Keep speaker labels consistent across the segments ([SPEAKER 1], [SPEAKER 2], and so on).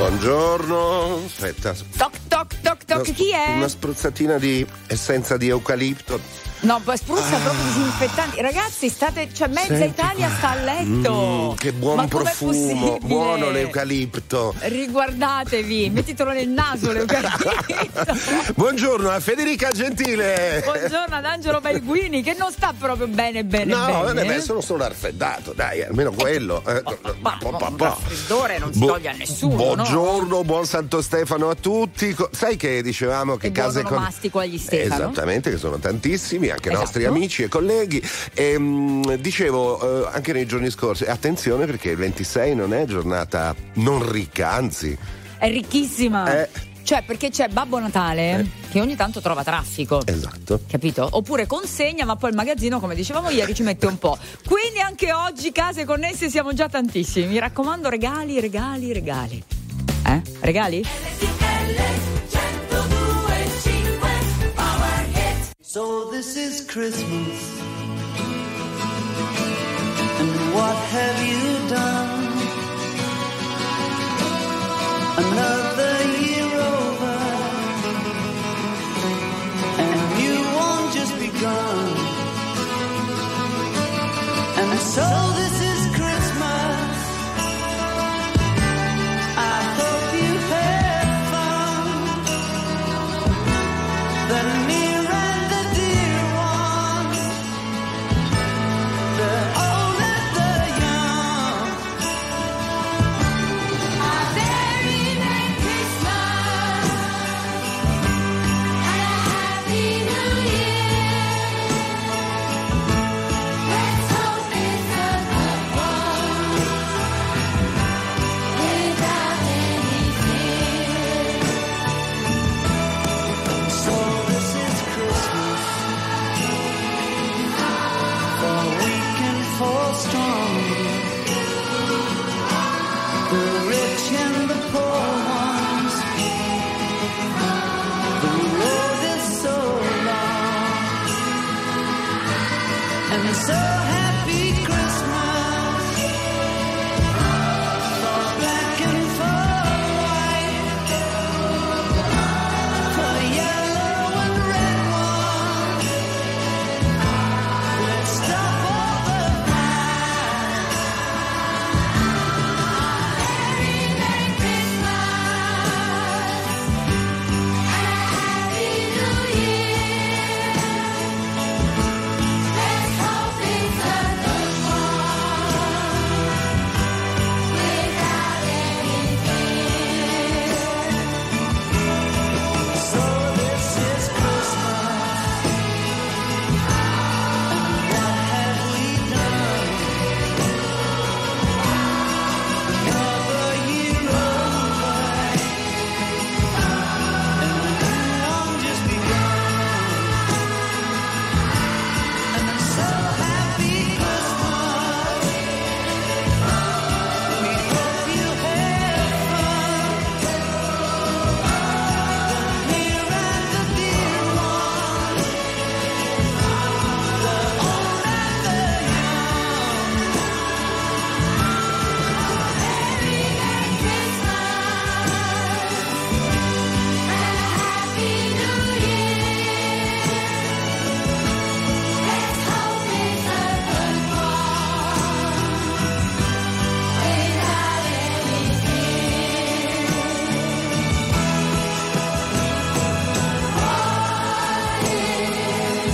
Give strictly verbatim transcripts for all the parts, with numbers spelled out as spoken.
[SPEAKER 1] Buongiorno. Aspetta.
[SPEAKER 2] Toc toc toc toc.
[SPEAKER 1] Una,
[SPEAKER 2] Chi è?
[SPEAKER 1] Una spruzzatina di essenza di eucalipto.
[SPEAKER 2] No, poi spruzza ah. proprio disinfettanti. Ragazzi, state, cioè mezza
[SPEAKER 1] Senti
[SPEAKER 2] Italia
[SPEAKER 1] qua.
[SPEAKER 2] sta a letto.
[SPEAKER 1] Mm, che buon
[SPEAKER 2] Ma
[SPEAKER 1] profumo, buono l'eucalipto.
[SPEAKER 2] Riguardatevi, mettitelo nel naso l'eucalipto.
[SPEAKER 1] Buongiorno a Federica Gentile.
[SPEAKER 2] Buongiorno ad Angelo Belguini, che non sta proprio bene bene
[SPEAKER 1] no,
[SPEAKER 2] bene.
[SPEAKER 1] No, non è bene, sono solo raffreddato, dai, almeno quello.
[SPEAKER 2] Eh, ma, ma, ma, un raffreddore non si Bu- toglie a nessuno.
[SPEAKER 1] Buongiorno,
[SPEAKER 2] no?
[SPEAKER 1] buon Santo Stefano a tutti. Sai che dicevamo che
[SPEAKER 2] e
[SPEAKER 1] case
[SPEAKER 2] buon onomastico agli Stefano.
[SPEAKER 1] Esattamente, che sono tantissimi, anche
[SPEAKER 2] esatto.
[SPEAKER 1] nostri amici e colleghi. E, mh, dicevo eh, anche nei giorni scorsi, attenzione perché il ventisei non è giornata non ricca, anzi
[SPEAKER 2] è ricchissima.
[SPEAKER 1] Eh.
[SPEAKER 2] Cioè, perché c'è Babbo Natale eh. che ogni tanto trova traffico.
[SPEAKER 1] Esatto.
[SPEAKER 2] Capito? Oppure consegna, ma poi il magazzino, come dicevamo ieri, ci mette un po'. Quindi anche oggi case connesse siamo già tantissimi. Mi raccomando, regali, regali, regali. Eh? Regali?
[SPEAKER 3] So this is Christmas, and what have you done? Another year over, and you won't just begun. And so this is Christmas, I hope you had fun. The near and the dear ones, the old and the young. A very Merry Christmas and a Happy New Year. Let's hope it's a good one without any fear. So this is Christmas, for weak and for strong, the rich and the poor ones. The road is so long, and so happy Christmas for black and for white, for yellow and red ones. Let's stop all the fights. Very Merry Christmas and a Happy New Year. Let's hope it's a good one without any fear. So this is Christmas, and what have we done? Another year over, and the new one just begun. And I'm so happy Christmas, we hope you had fun. The near and the dear ones, the old and the young. Very Merry Christmas and a Happy New Year. Let's hope it's a good one without any fear. What is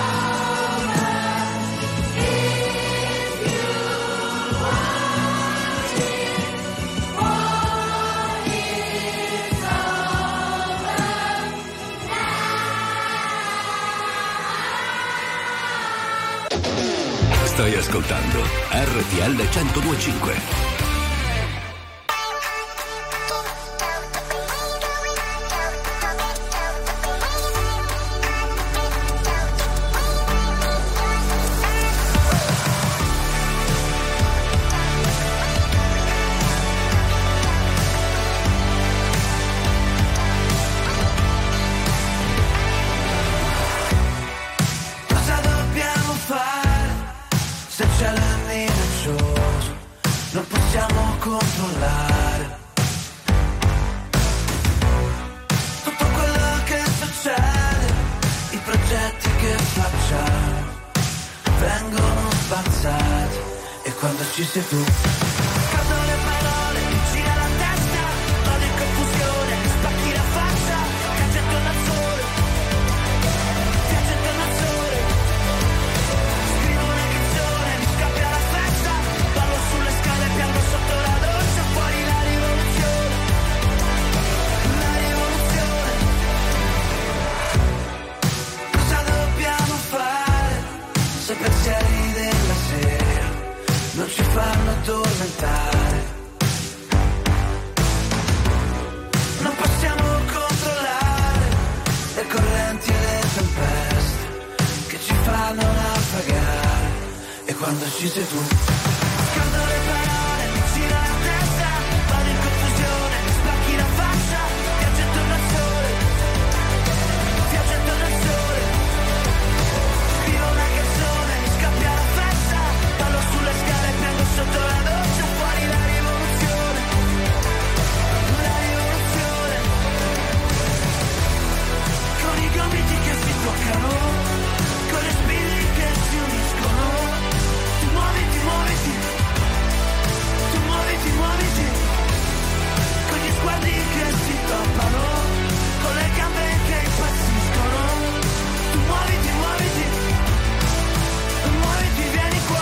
[SPEAKER 4] Stai ascoltando R T L centodue e cinque.
[SPEAKER 3] Cosa dobbiamo fare se c'è la minaccioso? Non possiamo controllare.
[SPEAKER 5] quando ci sei tu. Scadono le parole, mi gira la testa, vado in confusione, spacchi la faccia, caccia intorno al sole, piace intorno al sole. Scrivo una canzone, mi scappia la festa, ballo sulle scale, piango sotto la doccia, fuori la rivoluzione, la rivoluzione. Cosa dobbiamo fare se pensieri della sera non ci fanno addormentare? Non possiamo controllare le correnti e le tempeste che ci fanno naufragare. E quando ci sei tu, scando le parole, mi gira la testa, vado in confusione, mi spacchi la faccia, piace intorno al sole, piace intorno al sole. Scrivo una canzone, mi scappia la festa, ballo sulle scale, piango sotto la doccia, fuori la rivoluzione, la rivoluzione. Con i gomiti che si toccano, con le spille che si uniscono, tu muoviti, muoviti, tu muoviti, muoviti, con gli sguardi che si toppano, con le gambe che impazziscono, tu muoviti, muoviti, muoviti, vieni qua.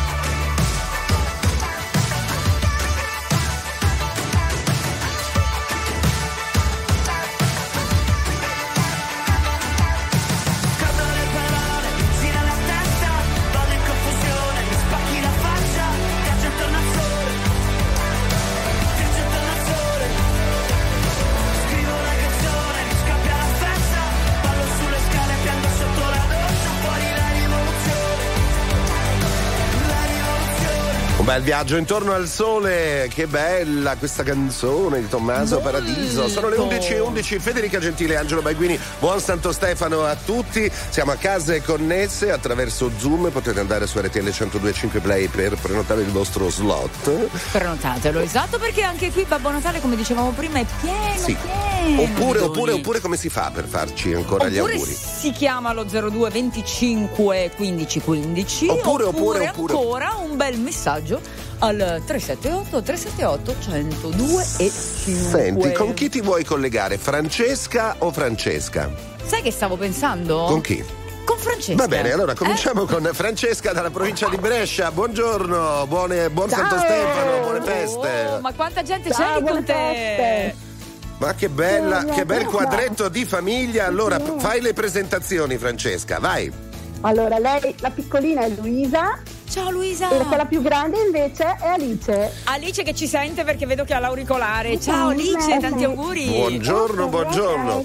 [SPEAKER 5] Scado le parole, mi gira la testa, vado in confusione, mi spacchi la faccia, piace intorno al sole, piace intorno al sole. Scrivo una canzone, mi scappia la festa, ballo sulle scale, piango sotto la doccia, fuori la rivoluzione, la rivoluzione.
[SPEAKER 1] Un bel viaggio intorno al sole, che bella questa canzone di Tommaso Paradiso. Sono le undici e undici, Federica Gentile e Angelo Baiguini, buon Santo Stefano a tutti. Siamo a Case Connesse attraverso Zoom, potete andare su R T L centodue e cinque Play per prenotare il vostro slot.
[SPEAKER 2] Prenotatelo, esatto, perché anche qui Babbo Natale, come dicevamo prima, è pieno,
[SPEAKER 1] Sì.
[SPEAKER 2] pieno.
[SPEAKER 1] Oppure,
[SPEAKER 2] di
[SPEAKER 1] oppure,
[SPEAKER 2] doni.
[SPEAKER 1] oppure come si fa per farci ancora gli
[SPEAKER 2] Oppure
[SPEAKER 1] auguri?
[SPEAKER 2] si chiama lo zero due venticinque quindici quindici.
[SPEAKER 1] Oppure, oppure, oppure.
[SPEAKER 2] ancora un bel messaggio al tre sette otto tre sette otto uno zero due e cinque.
[SPEAKER 1] Senti, con chi ti vuoi collegare? Francesca o Francesca?
[SPEAKER 2] Sai che stavo pensando?
[SPEAKER 1] Con chi?
[SPEAKER 2] Con Francesca.
[SPEAKER 1] Va bene, allora cominciamo
[SPEAKER 2] Eh?
[SPEAKER 1] con Francesca dalla provincia di Brescia. Buongiorno, buone, buon Santo
[SPEAKER 6] Ciao.
[SPEAKER 1] Stefano, buone feste.
[SPEAKER 2] Oh, ma quanta gente
[SPEAKER 6] Ciao,
[SPEAKER 2] c'è lì
[SPEAKER 6] buone
[SPEAKER 2] con te?
[SPEAKER 6] feste.
[SPEAKER 1] Ma che bella,
[SPEAKER 6] Buona
[SPEAKER 1] che bel
[SPEAKER 6] festa.
[SPEAKER 1] quadretto di famiglia. Allora, p- fai le presentazioni, Francesca, vai.
[SPEAKER 6] Allora, lei, la piccolina è Luisa
[SPEAKER 2] Ciao Luisa.
[SPEAKER 6] e quella più grande invece è Alice.
[SPEAKER 2] Alice che ci sente perché vedo che ha l'auricolare. Ciao Alice, tanti auguri.
[SPEAKER 1] Buongiorno, buongiorno.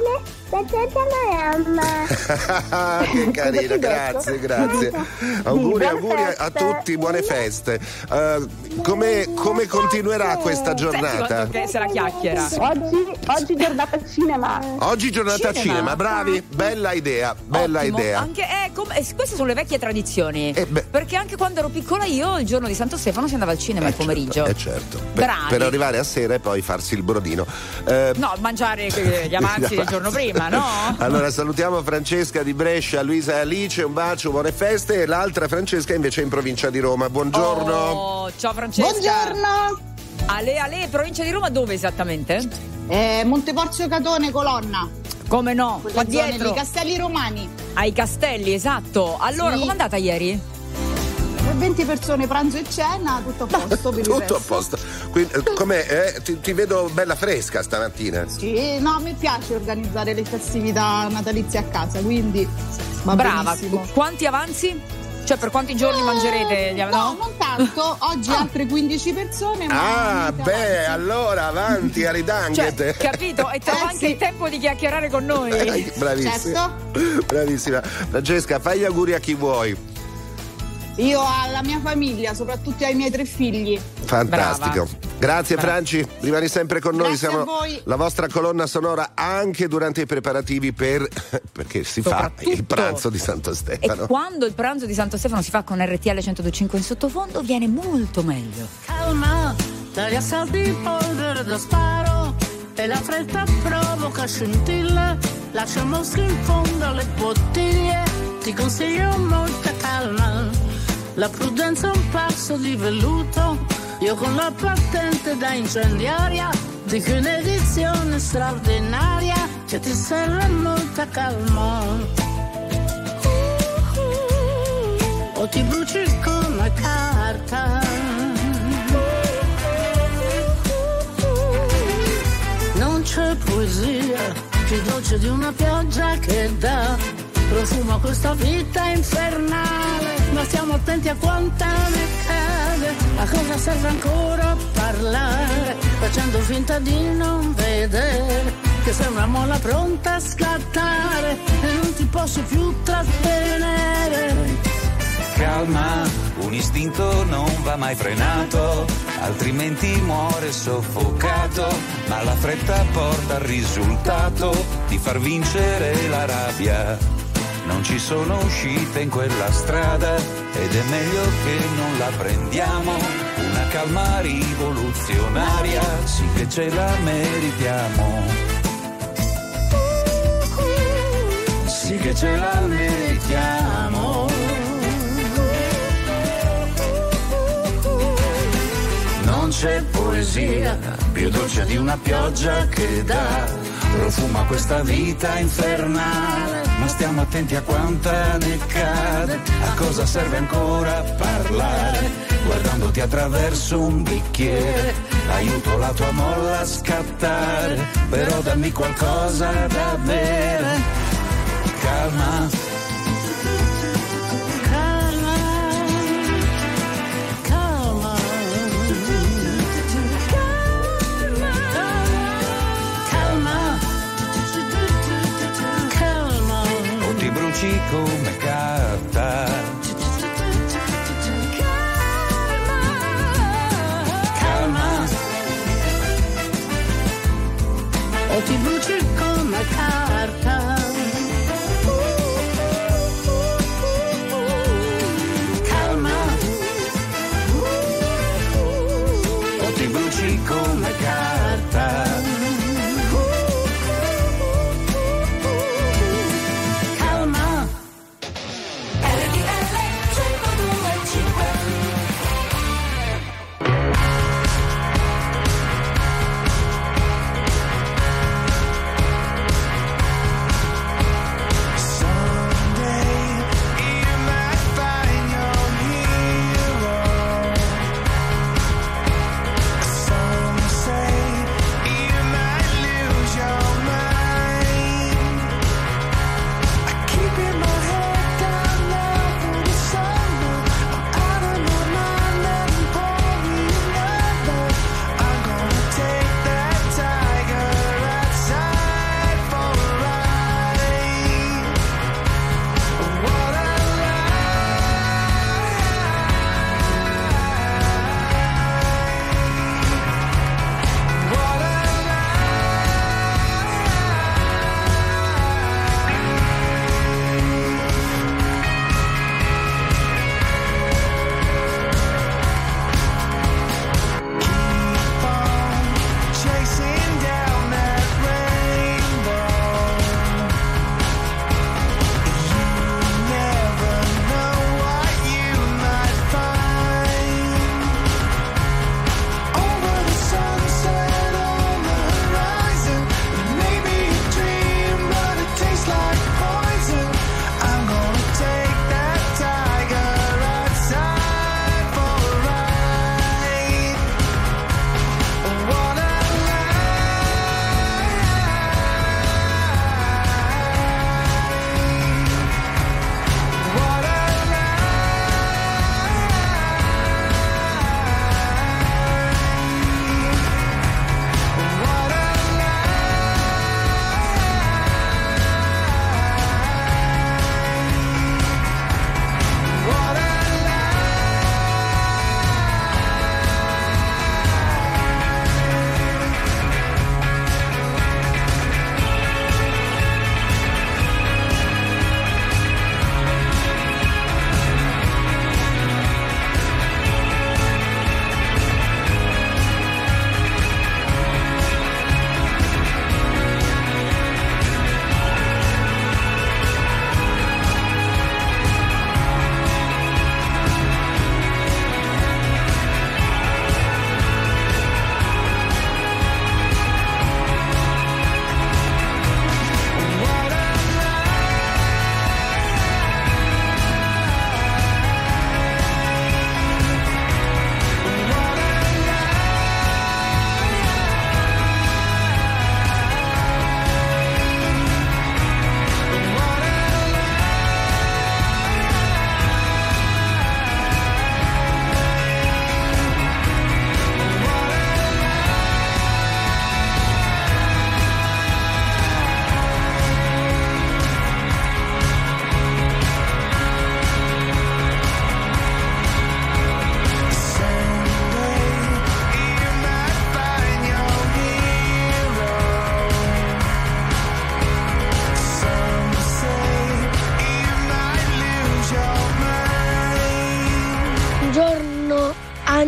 [SPEAKER 1] Che carina, grazie, grazie. Auguri,
[SPEAKER 6] Buone
[SPEAKER 1] auguri a, a
[SPEAKER 6] feste.
[SPEAKER 1] tutti, buone feste. Eh, come, come continuerà questa
[SPEAKER 2] Senti
[SPEAKER 1] giornata?
[SPEAKER 2] quanto che se la chiacchiera.
[SPEAKER 6] Oggi, oggi giornata cinema.
[SPEAKER 1] Oggi giornata
[SPEAKER 2] Cinema.
[SPEAKER 1] cinema, bravi, bella idea, bella
[SPEAKER 2] Ottimo.
[SPEAKER 1] idea.
[SPEAKER 2] Anche, eh, com- eh, queste sono le vecchie tradizioni.
[SPEAKER 1] Eh, beh.
[SPEAKER 2] Perché anche quando ero piccola io, il giorno di Santo Stefano, si andava al cinema il pomeriggio.
[SPEAKER 1] Eh certo, Beh,
[SPEAKER 2] Bravi.
[SPEAKER 1] per arrivare a sera e poi farsi il brodino. Eh,
[SPEAKER 2] No, mangiare eh, gli avanzi del giorno prima, no?
[SPEAKER 1] Allora salutiamo Francesca di Brescia, Luisa e Alice, un bacio, buone feste. E l'altra Francesca invece è in provincia di Roma. Buongiorno.
[SPEAKER 2] Oh, ciao Francesca.
[SPEAKER 7] Buongiorno,
[SPEAKER 2] Ale, Ale, provincia di Roma dove esattamente?
[SPEAKER 7] eh, Monteporzio Catone, Colonna,
[SPEAKER 2] Come no? Qua
[SPEAKER 7] quelle zone
[SPEAKER 2] dietro.
[SPEAKER 7] lì, Castelli Romani.
[SPEAKER 2] Ai Castelli, esatto. Allora,
[SPEAKER 7] Sì.
[SPEAKER 2] com'è andata ieri?
[SPEAKER 7] Per venti persone, pranzo e cena, tutto a posto per il
[SPEAKER 1] Tutto
[SPEAKER 7] resto.
[SPEAKER 1] a posto. Quindi, eh, com'è? Eh? Ti, ti vedo bella fresca stamattina.
[SPEAKER 7] Sì, no, a me piace organizzare le festività natalizie a casa, quindi va
[SPEAKER 2] Brava.
[SPEAKER 7] benissimo.
[SPEAKER 2] Quanti avanzi? Cioè, per quanti giorni mangerete? gli av-
[SPEAKER 7] No, non tanto, oggi altre quindici persone, ma
[SPEAKER 1] Ah,
[SPEAKER 7] niente
[SPEAKER 1] beh,
[SPEAKER 7] avanti.
[SPEAKER 1] allora avanti a
[SPEAKER 2] Cioè,
[SPEAKER 1] ridanghete.
[SPEAKER 2] capito? E trovo
[SPEAKER 7] Eh,
[SPEAKER 2] anche
[SPEAKER 7] sì.
[SPEAKER 2] il tempo di chiacchierare con noi.
[SPEAKER 1] Eh, Bravissima. Bravissima. Francesca, fai gli auguri a chi vuoi.
[SPEAKER 7] Io alla mia famiglia, soprattutto ai miei tre figli.
[SPEAKER 1] Fantastico.
[SPEAKER 2] Brava.
[SPEAKER 1] Grazie
[SPEAKER 2] Brava.
[SPEAKER 1] Franci, rimani sempre con noi,
[SPEAKER 7] Grazie
[SPEAKER 1] siamo
[SPEAKER 7] a voi.
[SPEAKER 1] la vostra colonna sonora anche durante i preparativi per perché si fa
[SPEAKER 2] Soprattutto.
[SPEAKER 1] il pranzo di Santo
[SPEAKER 2] E
[SPEAKER 1] Stefano.
[SPEAKER 2] quando il pranzo di Santo Stefano si fa con R T L centodue e cinque in sottofondo viene molto meglio.
[SPEAKER 8] Calma, dagli assalti di polvere da sparo e la fretta provoca scintille, lascia mosche in fondo alle bottiglie, ti consiglio molta calma. la prudenza è un passo di velluto, io con la patente da incendiaria dico in edizione straordinaria che ti serve molta calma. O ti bruci come carta. Non c'è poesia più dolce di una pioggia che dà profumo a questa vita infernale, ma stiamo attenti a quanta ne cade, a cosa serve ancora parlare, facendo finta di non vedere, che sei una molla pronta a scattare e non ti posso più trattenere.
[SPEAKER 9] Calma, un istinto non va mai frenato, altrimenti muore soffocato, ma la fretta porta al risultato di far vincere la rabbia. Non ci sono uscite in quella strada ed è meglio che non la prendiamo, una calma rivoluzionaria, sì che ce la meritiamo, sì che ce la meritiamo. Non c'è poesia più dolce di una pioggia che dà profumo a questa vita infernale, ma stiamo attenti a quanta ne cade, a cosa serve ancora parlare, guardandoti attraverso un bicchiere, aiuto la tua molla a scattare, però dammi qualcosa da bere. Calma, come carta. Calma,
[SPEAKER 8] o ti bruci come carta.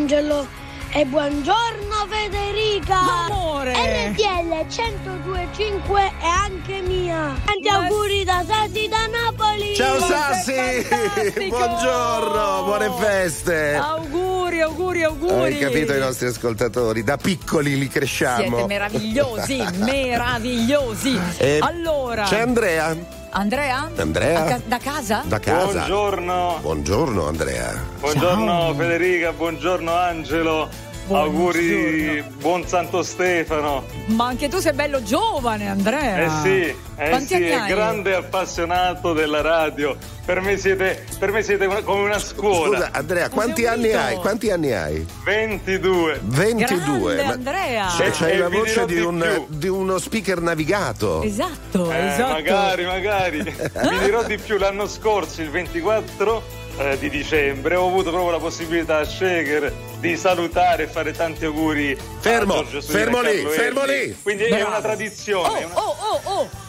[SPEAKER 10] Angelo e buongiorno Federica.
[SPEAKER 2] Amore.
[SPEAKER 10] R T L centodue e cinque è anche mia. Tanti
[SPEAKER 2] Ma-
[SPEAKER 10] auguri da Sassi da Napoli.
[SPEAKER 1] Ciao
[SPEAKER 2] Ma
[SPEAKER 1] Sassi,
[SPEAKER 2] sei fantastico!
[SPEAKER 1] buongiorno, buone feste.
[SPEAKER 2] Auguri, auguri, auguri.
[SPEAKER 1] Hai capito i nostri ascoltatori? Da piccoli li cresciamo.
[SPEAKER 2] Siete meravigliosi, meravigliosi.
[SPEAKER 1] E
[SPEAKER 2] Allora,
[SPEAKER 1] c'è Andrea.
[SPEAKER 2] Andrea?
[SPEAKER 1] Andrea?
[SPEAKER 2] A ca- da casa?
[SPEAKER 1] Da casa.
[SPEAKER 11] Buongiorno.
[SPEAKER 1] Buongiorno Andrea.
[SPEAKER 11] Buongiorno
[SPEAKER 2] Ciao.
[SPEAKER 11] Federica, buongiorno Angelo.
[SPEAKER 2] Buongiorno.
[SPEAKER 11] Auguri, buon Santo Stefano.
[SPEAKER 2] Ma anche tu sei bello giovane, Andrea.
[SPEAKER 11] Eh sì, eh
[SPEAKER 2] Quanti
[SPEAKER 11] sì,
[SPEAKER 2] anni
[SPEAKER 11] è
[SPEAKER 2] hai?
[SPEAKER 11] grande appassionato della radio. Per me siete, per me siete una- come una scuola.
[SPEAKER 1] Scusa Andrea, quanti
[SPEAKER 2] sei un
[SPEAKER 1] anni
[SPEAKER 2] mito.
[SPEAKER 1] hai? Quanti anni hai?
[SPEAKER 11] ventidue.
[SPEAKER 1] ventidue.
[SPEAKER 2] Grande Andrea.
[SPEAKER 1] Cioè, c'hai
[SPEAKER 11] E
[SPEAKER 1] la
[SPEAKER 11] vi
[SPEAKER 1] voce
[SPEAKER 11] dirò
[SPEAKER 1] di,
[SPEAKER 11] di
[SPEAKER 1] un,
[SPEAKER 11] più.
[SPEAKER 1] di uno speaker navigato.
[SPEAKER 2] Esatto,
[SPEAKER 11] Eh,
[SPEAKER 2] esatto.
[SPEAKER 11] magari, magari. Vi dirò di più, l'anno scorso, il ventiquattro eh, di dicembre, ho avuto proprio la possibilità a Shaker di salutare e fare tanti auguri
[SPEAKER 1] Fermo,
[SPEAKER 11] a Giorgio Sudina e
[SPEAKER 1] fermo lì,
[SPEAKER 11] Carlo
[SPEAKER 1] fermo
[SPEAKER 11] Elli.
[SPEAKER 1] lì.
[SPEAKER 11] Quindi è
[SPEAKER 2] Bravo.
[SPEAKER 11] una tradizione. è una-
[SPEAKER 2] Oh, oh, oh, oh.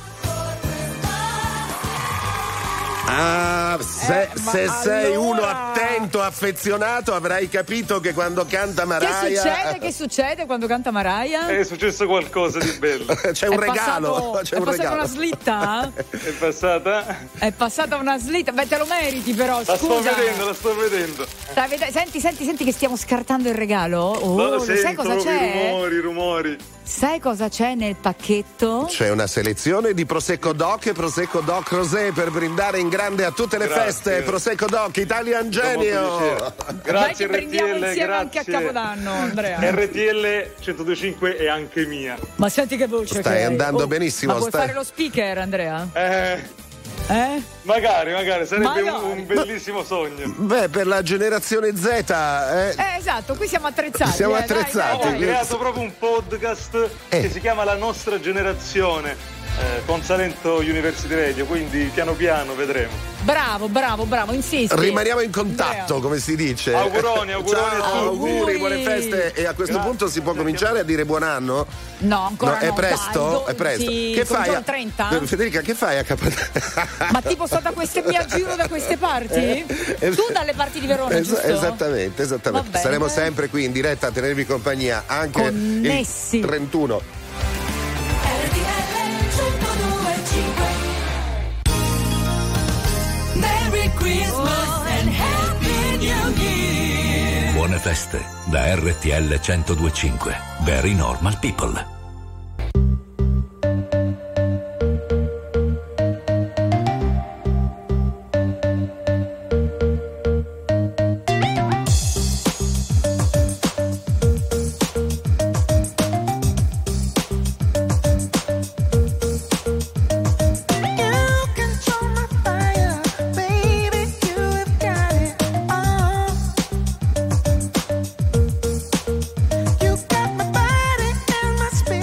[SPEAKER 1] Ah, se,
[SPEAKER 2] Eh, ma
[SPEAKER 1] se sei
[SPEAKER 2] allora-
[SPEAKER 1] uno attento, affezionato, avrai capito che quando canta
[SPEAKER 2] Che
[SPEAKER 1] Mariah
[SPEAKER 2] succede? Che succede quando canta Mariah?
[SPEAKER 11] È successo qualcosa di bello.
[SPEAKER 1] c'è un
[SPEAKER 2] È
[SPEAKER 1] regalo.
[SPEAKER 2] passato-
[SPEAKER 1] c'è
[SPEAKER 2] è
[SPEAKER 1] un
[SPEAKER 2] passata
[SPEAKER 1] regalo.
[SPEAKER 2] una slitta?
[SPEAKER 11] È passata?
[SPEAKER 2] È passata una slitta. Beh, te lo meriti però,
[SPEAKER 11] La sto
[SPEAKER 2] scusa.
[SPEAKER 11] vedendo, la sto vedendo.
[SPEAKER 2] Stai ved- Senti, senti, senti che stiamo scartando il regalo. Oh,
[SPEAKER 11] Lo
[SPEAKER 2] lo sai
[SPEAKER 11] sento
[SPEAKER 2] cosa
[SPEAKER 11] proprio i
[SPEAKER 2] c'è?
[SPEAKER 11] rumori, i rumori.
[SPEAKER 2] Sai cosa c'è nel pacchetto?
[SPEAKER 1] C'è una selezione di Prosecco Doc e Prosecco Doc Rosé per brindare in grande a tutte le
[SPEAKER 11] Grazie.
[SPEAKER 1] feste. Prosecco Doc, Italian
[SPEAKER 11] Fa molto
[SPEAKER 1] Genio.
[SPEAKER 11] piacere.
[SPEAKER 2] Dai
[SPEAKER 11] Grazie
[SPEAKER 2] che prendiamo
[SPEAKER 11] R T L,
[SPEAKER 2] insieme anche a
[SPEAKER 11] grazie.
[SPEAKER 2] Capodanno, Andrea.
[SPEAKER 11] R T L centodue e cinque è anche mia.
[SPEAKER 2] Ma senti che voce
[SPEAKER 1] Stai
[SPEAKER 2] che hai.
[SPEAKER 1] andando
[SPEAKER 2] Oh,
[SPEAKER 1] benissimo,
[SPEAKER 2] Ma vuoi
[SPEAKER 1] stai-
[SPEAKER 2] fare lo speaker, Andrea?
[SPEAKER 11] Eh,
[SPEAKER 2] Eh?
[SPEAKER 11] magari, magari, sarebbe un,
[SPEAKER 2] Magari.
[SPEAKER 11] un bellissimo sogno.
[SPEAKER 1] Beh, per la generazione Z, eh,
[SPEAKER 2] Eh, esatto, qui siamo attrezzati.
[SPEAKER 1] Siamo
[SPEAKER 2] eh, dai,
[SPEAKER 1] attrezzati.
[SPEAKER 11] Ho
[SPEAKER 2] dai, dai.
[SPEAKER 11] creato proprio un podcast
[SPEAKER 1] Eh.
[SPEAKER 11] che si chiama La nostra generazione eh, con Salento University Radio, quindi piano piano vedremo.
[SPEAKER 2] Bravo, bravo, bravo, insisti.
[SPEAKER 1] rimaniamo in contatto,
[SPEAKER 2] Andrea.
[SPEAKER 1] come si dice.
[SPEAKER 11] Auguroni, auguroni
[SPEAKER 1] Ciao,
[SPEAKER 11] a tutti.
[SPEAKER 1] auguri,
[SPEAKER 2] Auguri.
[SPEAKER 1] buone feste. E a questo
[SPEAKER 11] Grazie.
[SPEAKER 1] punto si può cominciare a dire buon anno?
[SPEAKER 2] No, ancora
[SPEAKER 1] No, è
[SPEAKER 2] no,
[SPEAKER 1] presto?
[SPEAKER 2] dai, do-
[SPEAKER 1] È presto.
[SPEAKER 2] sì,
[SPEAKER 1] che
[SPEAKER 2] cominciamo
[SPEAKER 1] fai?
[SPEAKER 2] il trenta?
[SPEAKER 1] Eh, Federica, che fai a Capodanno?
[SPEAKER 2] Ma tipo sto da queste mie a giro da queste parti?
[SPEAKER 1] Eh,
[SPEAKER 2] Tu dalle parti di Verona,
[SPEAKER 1] Es-
[SPEAKER 2] giusto?
[SPEAKER 1] Esattamente, esattamente.
[SPEAKER 2] Va bene.
[SPEAKER 1] Saremo sempre qui in diretta a tenervi compagnia anche
[SPEAKER 2] Connessi.
[SPEAKER 1] il trentuno.
[SPEAKER 3] R T L centodue e cinque. Merry Christmas and Happy New Year.
[SPEAKER 4] Buone feste da R T L centodue e cinque. Very Normal People.
[SPEAKER 5] You got my body and my spirit.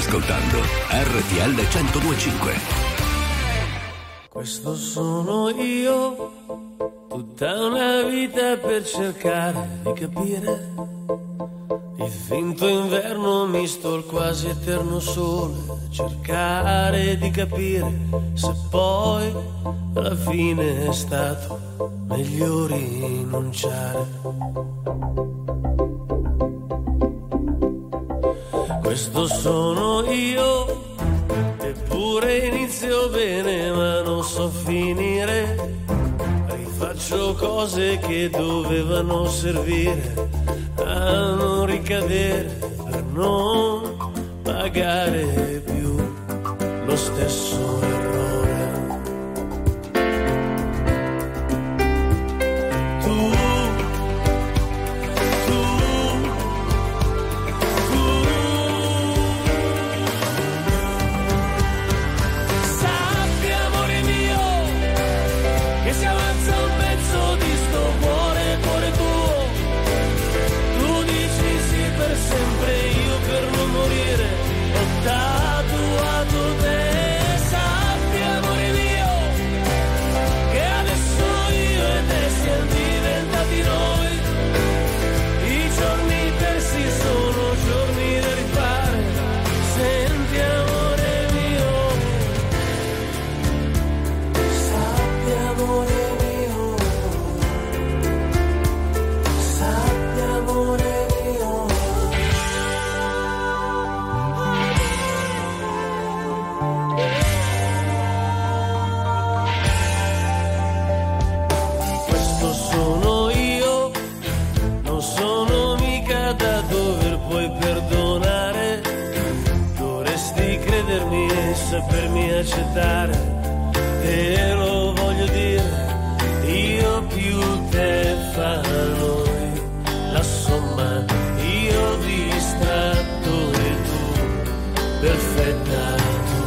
[SPEAKER 4] ascoltando R T L centodue e cinque.
[SPEAKER 12] Questo sono io, tutta una vita per cercare di capire il finto inverno misto al quasi eterno sole, cercare di capire se poi alla fine è stato meglio rinunciare. Questo sono io, eppure inizio bene ma non so finire. Rifaccio cose che dovevano servire a non ricadere per non pagare più lo stesso errore. Tu sapermi accettare, e lo voglio dire, io più te fa noi la somma, io distratto e tu perfetta.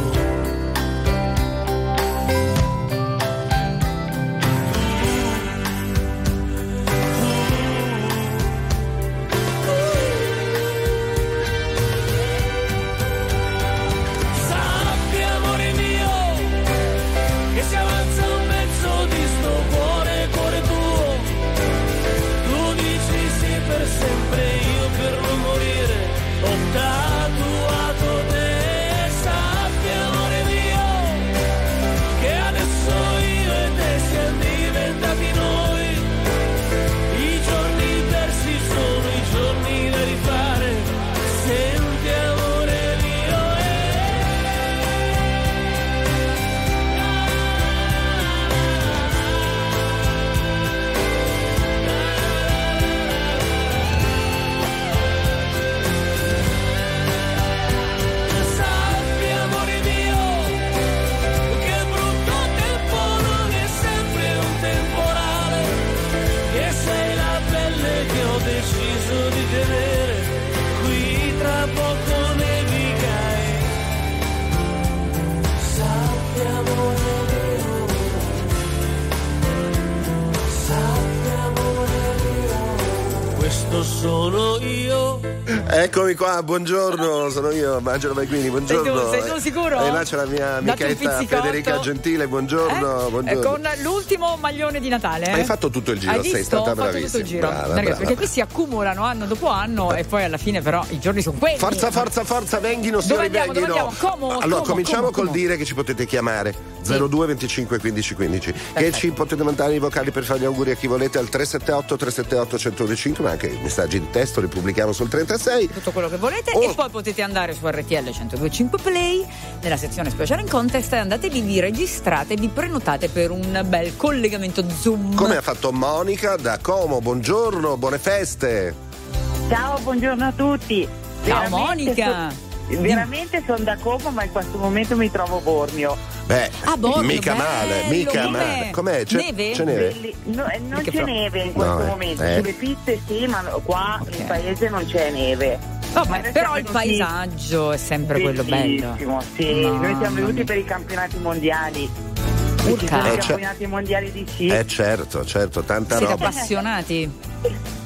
[SPEAKER 12] Sono io.
[SPEAKER 1] Eccomi qua, buongiorno, sono io, Angelo Baguini, buongiorno.
[SPEAKER 2] Sei tu, sei tu sicuro?
[SPEAKER 1] E là c'è la mia amichetta Federica Gentile, buongiorno,
[SPEAKER 2] eh?
[SPEAKER 1] buongiorno.
[SPEAKER 2] Con l'ultimo maglione di Natale. Eh?
[SPEAKER 1] Hai fatto tutto il giro,
[SPEAKER 2] Hai
[SPEAKER 1] sei
[SPEAKER 2] visto?
[SPEAKER 1] stata
[SPEAKER 2] Ho fatto
[SPEAKER 1] bravissima.
[SPEAKER 2] tutto il giro.
[SPEAKER 1] Brava,
[SPEAKER 2] perché,
[SPEAKER 1] brava.
[SPEAKER 2] perché qui si accumulano anno dopo anno e poi alla fine però i giorni sono quelli.
[SPEAKER 1] Forza, forza, forza, venghino, signori,
[SPEAKER 2] dove andiamo,
[SPEAKER 1] venghino.
[SPEAKER 2] dove andiamo? Como,
[SPEAKER 1] allora,
[SPEAKER 2] como,
[SPEAKER 1] cominciamo
[SPEAKER 2] como,
[SPEAKER 1] col
[SPEAKER 2] como.
[SPEAKER 1] dire che ci potete chiamare zero due venticinque quindici quindici, che ci potete mandare i vocali per fare gli auguri a chi volete al tre sette otto tre sette otto uno zero due cinque, ma anche i messaggi di testo li pubblichiamo sul trentasei.
[SPEAKER 2] Tutto quello che volete
[SPEAKER 1] oh.
[SPEAKER 2] E poi potete andare su R T L centodue e cinque Play nella sezione Special in Contest e andate lì, vi registrate, vi prenotate per un bel collegamento Zoom.
[SPEAKER 1] Come ha fatto Monica da Como, buongiorno, buone feste.
[SPEAKER 13] Ciao, buongiorno a tutti.
[SPEAKER 2] Ciao
[SPEAKER 13] Veramente
[SPEAKER 2] Monica.
[SPEAKER 13] So, veramente sono da Como, ma in questo momento mi trovo a Bormio.
[SPEAKER 1] Beh,
[SPEAKER 2] ah, Bormio,
[SPEAKER 1] mica
[SPEAKER 2] bello,
[SPEAKER 1] male, mica
[SPEAKER 2] com'è?
[SPEAKER 1] male. Com'è? C'è
[SPEAKER 2] neve?
[SPEAKER 1] C'è neve?
[SPEAKER 13] Belli- no, eh, non
[SPEAKER 2] Che
[SPEAKER 13] c'è
[SPEAKER 2] pro-
[SPEAKER 13] neve in questo
[SPEAKER 1] no,
[SPEAKER 13] momento.
[SPEAKER 1] eh.
[SPEAKER 13] Sulle piste sì, ma qua
[SPEAKER 2] Okay.
[SPEAKER 13] in paese non c'è neve.
[SPEAKER 2] Oh, ma
[SPEAKER 13] Noi
[SPEAKER 2] però
[SPEAKER 13] siamo
[SPEAKER 2] il
[SPEAKER 13] venuti-
[SPEAKER 2] paesaggio è sempre quello bello.
[SPEAKER 13] Bellissimo, sì.
[SPEAKER 2] Mamma
[SPEAKER 13] Noi siamo venuti
[SPEAKER 2] mia.
[SPEAKER 13] per i campionati mondiali.
[SPEAKER 2] Urca.
[SPEAKER 13] Ci sono
[SPEAKER 1] Eh,
[SPEAKER 13] i
[SPEAKER 1] c'è-
[SPEAKER 13] campionati mondiali di sci.
[SPEAKER 1] Eh certo, certo, tanta
[SPEAKER 2] Siete
[SPEAKER 1] roba.
[SPEAKER 2] appassionati?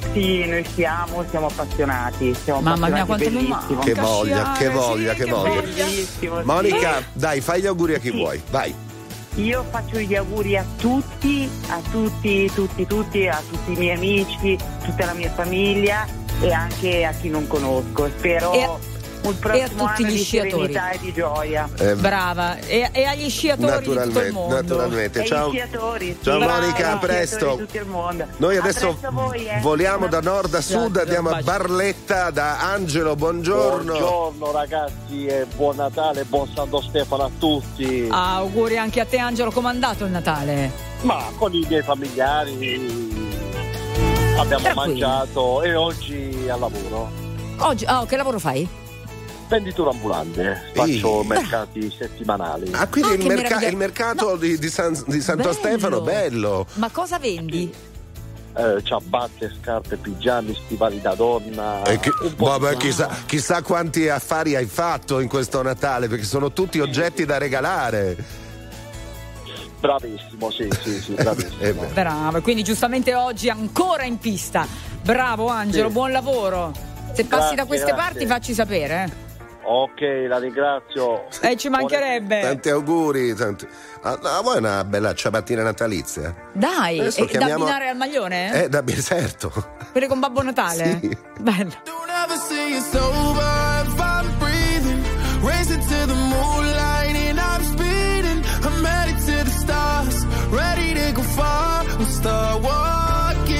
[SPEAKER 13] Sì, noi siamo, siamo appassionati. Siamo
[SPEAKER 2] Mamma mia,
[SPEAKER 13] appassionati,
[SPEAKER 2] quanto mi
[SPEAKER 13] bellissimo.
[SPEAKER 2] manca.
[SPEAKER 1] Che voglia, che voglia,
[SPEAKER 2] sì,
[SPEAKER 1] che
[SPEAKER 2] che
[SPEAKER 1] voglia.
[SPEAKER 13] Bellissimo, sì.
[SPEAKER 1] Monica, dai, fai gli auguri a chi
[SPEAKER 13] Sì.
[SPEAKER 1] vuoi, vai.
[SPEAKER 13] Io faccio gli auguri a tutti, a tutti, tutti, tutti, a tutti i miei amici, tutta la mia famiglia e anche a chi non conosco. Spero
[SPEAKER 2] E a-
[SPEAKER 13] un
[SPEAKER 2] e
[SPEAKER 13] prossimo
[SPEAKER 2] a tutti
[SPEAKER 13] anno
[SPEAKER 2] gli
[SPEAKER 13] di
[SPEAKER 2] sciatori.
[SPEAKER 13] serenità e di gioia.
[SPEAKER 1] Eh,
[SPEAKER 2] Brava, e, e agli sciatori di tutto il
[SPEAKER 1] naturalmente,
[SPEAKER 2] mondo.
[SPEAKER 1] naturalmente.
[SPEAKER 13] E
[SPEAKER 1] Ciao.
[SPEAKER 13] gli sciatori, sì.
[SPEAKER 1] Ciao
[SPEAKER 13] Brava,
[SPEAKER 1] Monica, a
[SPEAKER 13] gli
[SPEAKER 1] presto.
[SPEAKER 13] sciatori di tutto il mondo.
[SPEAKER 1] Noi
[SPEAKER 13] A
[SPEAKER 1] adesso
[SPEAKER 13] presto a voi, eh.
[SPEAKER 1] voliamo da nord a sud,
[SPEAKER 2] Grazie,
[SPEAKER 1] andiamo a
[SPEAKER 2] un bacio.
[SPEAKER 1] Barletta da Angelo, buongiorno.
[SPEAKER 14] Buongiorno ragazzi e buon Natale, buon Santo Stefano a tutti.
[SPEAKER 2] Ah, auguri anche a te Angelo, com'è andato il Natale?
[SPEAKER 14] Ma con i miei familiari abbiamo
[SPEAKER 2] Tranquillo.
[SPEAKER 14] mangiato e oggi al lavoro.
[SPEAKER 2] Oggi, oh, che lavoro fai?
[SPEAKER 14] Venditore ambulante, faccio
[SPEAKER 1] Ehi.
[SPEAKER 14] mercati settimanali.
[SPEAKER 1] Ah, quindi
[SPEAKER 2] Ah,
[SPEAKER 1] il,
[SPEAKER 2] che
[SPEAKER 1] merca-
[SPEAKER 2] meraviglia.
[SPEAKER 1] il mercato di, di San- di Santo
[SPEAKER 2] Bello.
[SPEAKER 1] Stefano, bello.
[SPEAKER 2] Ma cosa vendi?
[SPEAKER 14] Eh, ciabatte, scarpe, pigiami, stivali da donna.
[SPEAKER 1] E chi-
[SPEAKER 14] un po'
[SPEAKER 1] vabbè,
[SPEAKER 14] di-
[SPEAKER 1] chissà, chissà quanti affari hai fatto in questo Natale, perché sono tutti oggetti da regalare.
[SPEAKER 14] Bravissimo, sì, sì, sì, bravissimo.
[SPEAKER 1] Eh beh.
[SPEAKER 2] Bravo, quindi giustamente oggi ancora in pista. Bravo Angelo,
[SPEAKER 14] Sì.
[SPEAKER 2] buon lavoro. Se passi
[SPEAKER 14] Grazie,
[SPEAKER 2] da queste
[SPEAKER 14] grazie.
[SPEAKER 2] parti facci sapere, eh.
[SPEAKER 14] Ok, la ringrazio.
[SPEAKER 2] E ci mancherebbe.
[SPEAKER 1] Tanti auguri. Tanti... Ah, no, vuoi una bella ciabattina natalizia?
[SPEAKER 2] Dai,
[SPEAKER 1] Adesso
[SPEAKER 2] e
[SPEAKER 1] chiamiamo-
[SPEAKER 2] da abbinare al maglione? Eh?
[SPEAKER 1] Eh, da certo.
[SPEAKER 2] Quelle con Babbo Natale?
[SPEAKER 1] Sì.
[SPEAKER 2] Bello.
[SPEAKER 5] Don't ever see you sober if I'm breathing. Racing to the moonlight and I'm speeding. I'm headed to the stars, ready to go far and start walking.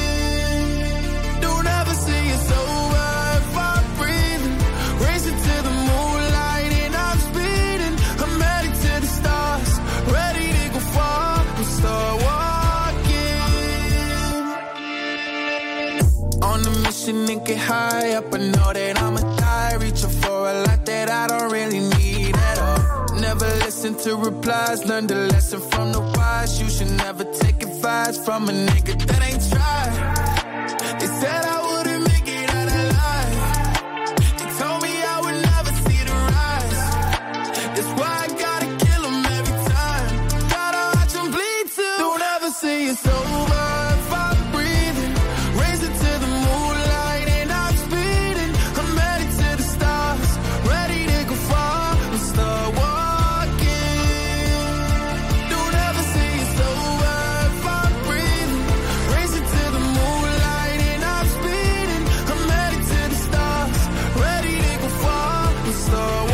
[SPEAKER 5] Don't ever see you sober if I'm breathing. Racing to the moonlight and I'm speeding. I'm headed to the stars, ready to go far and start walking. On a mission and get high up, I know that I'ma die. Reaching for a lot that I don't really need at all. Never listen to replies, learn the lesson from the wise. You should never take advice from a nigga that ain't tried. They said I wouldn't make it out alive. They told me I would never see the rise. That's why I gotta kill 'em every time. Gotta watch 'em bleed too. Don't ever see it's over if I'm breathing. Racing to the moonlight and I'm speeding. I'm headed to the stars, ready to go far and start walking. Don't ever see it's over if I'm breathing. Racing to the moonlight and I'm speeding. I'm headed to the stars, ready to go far and start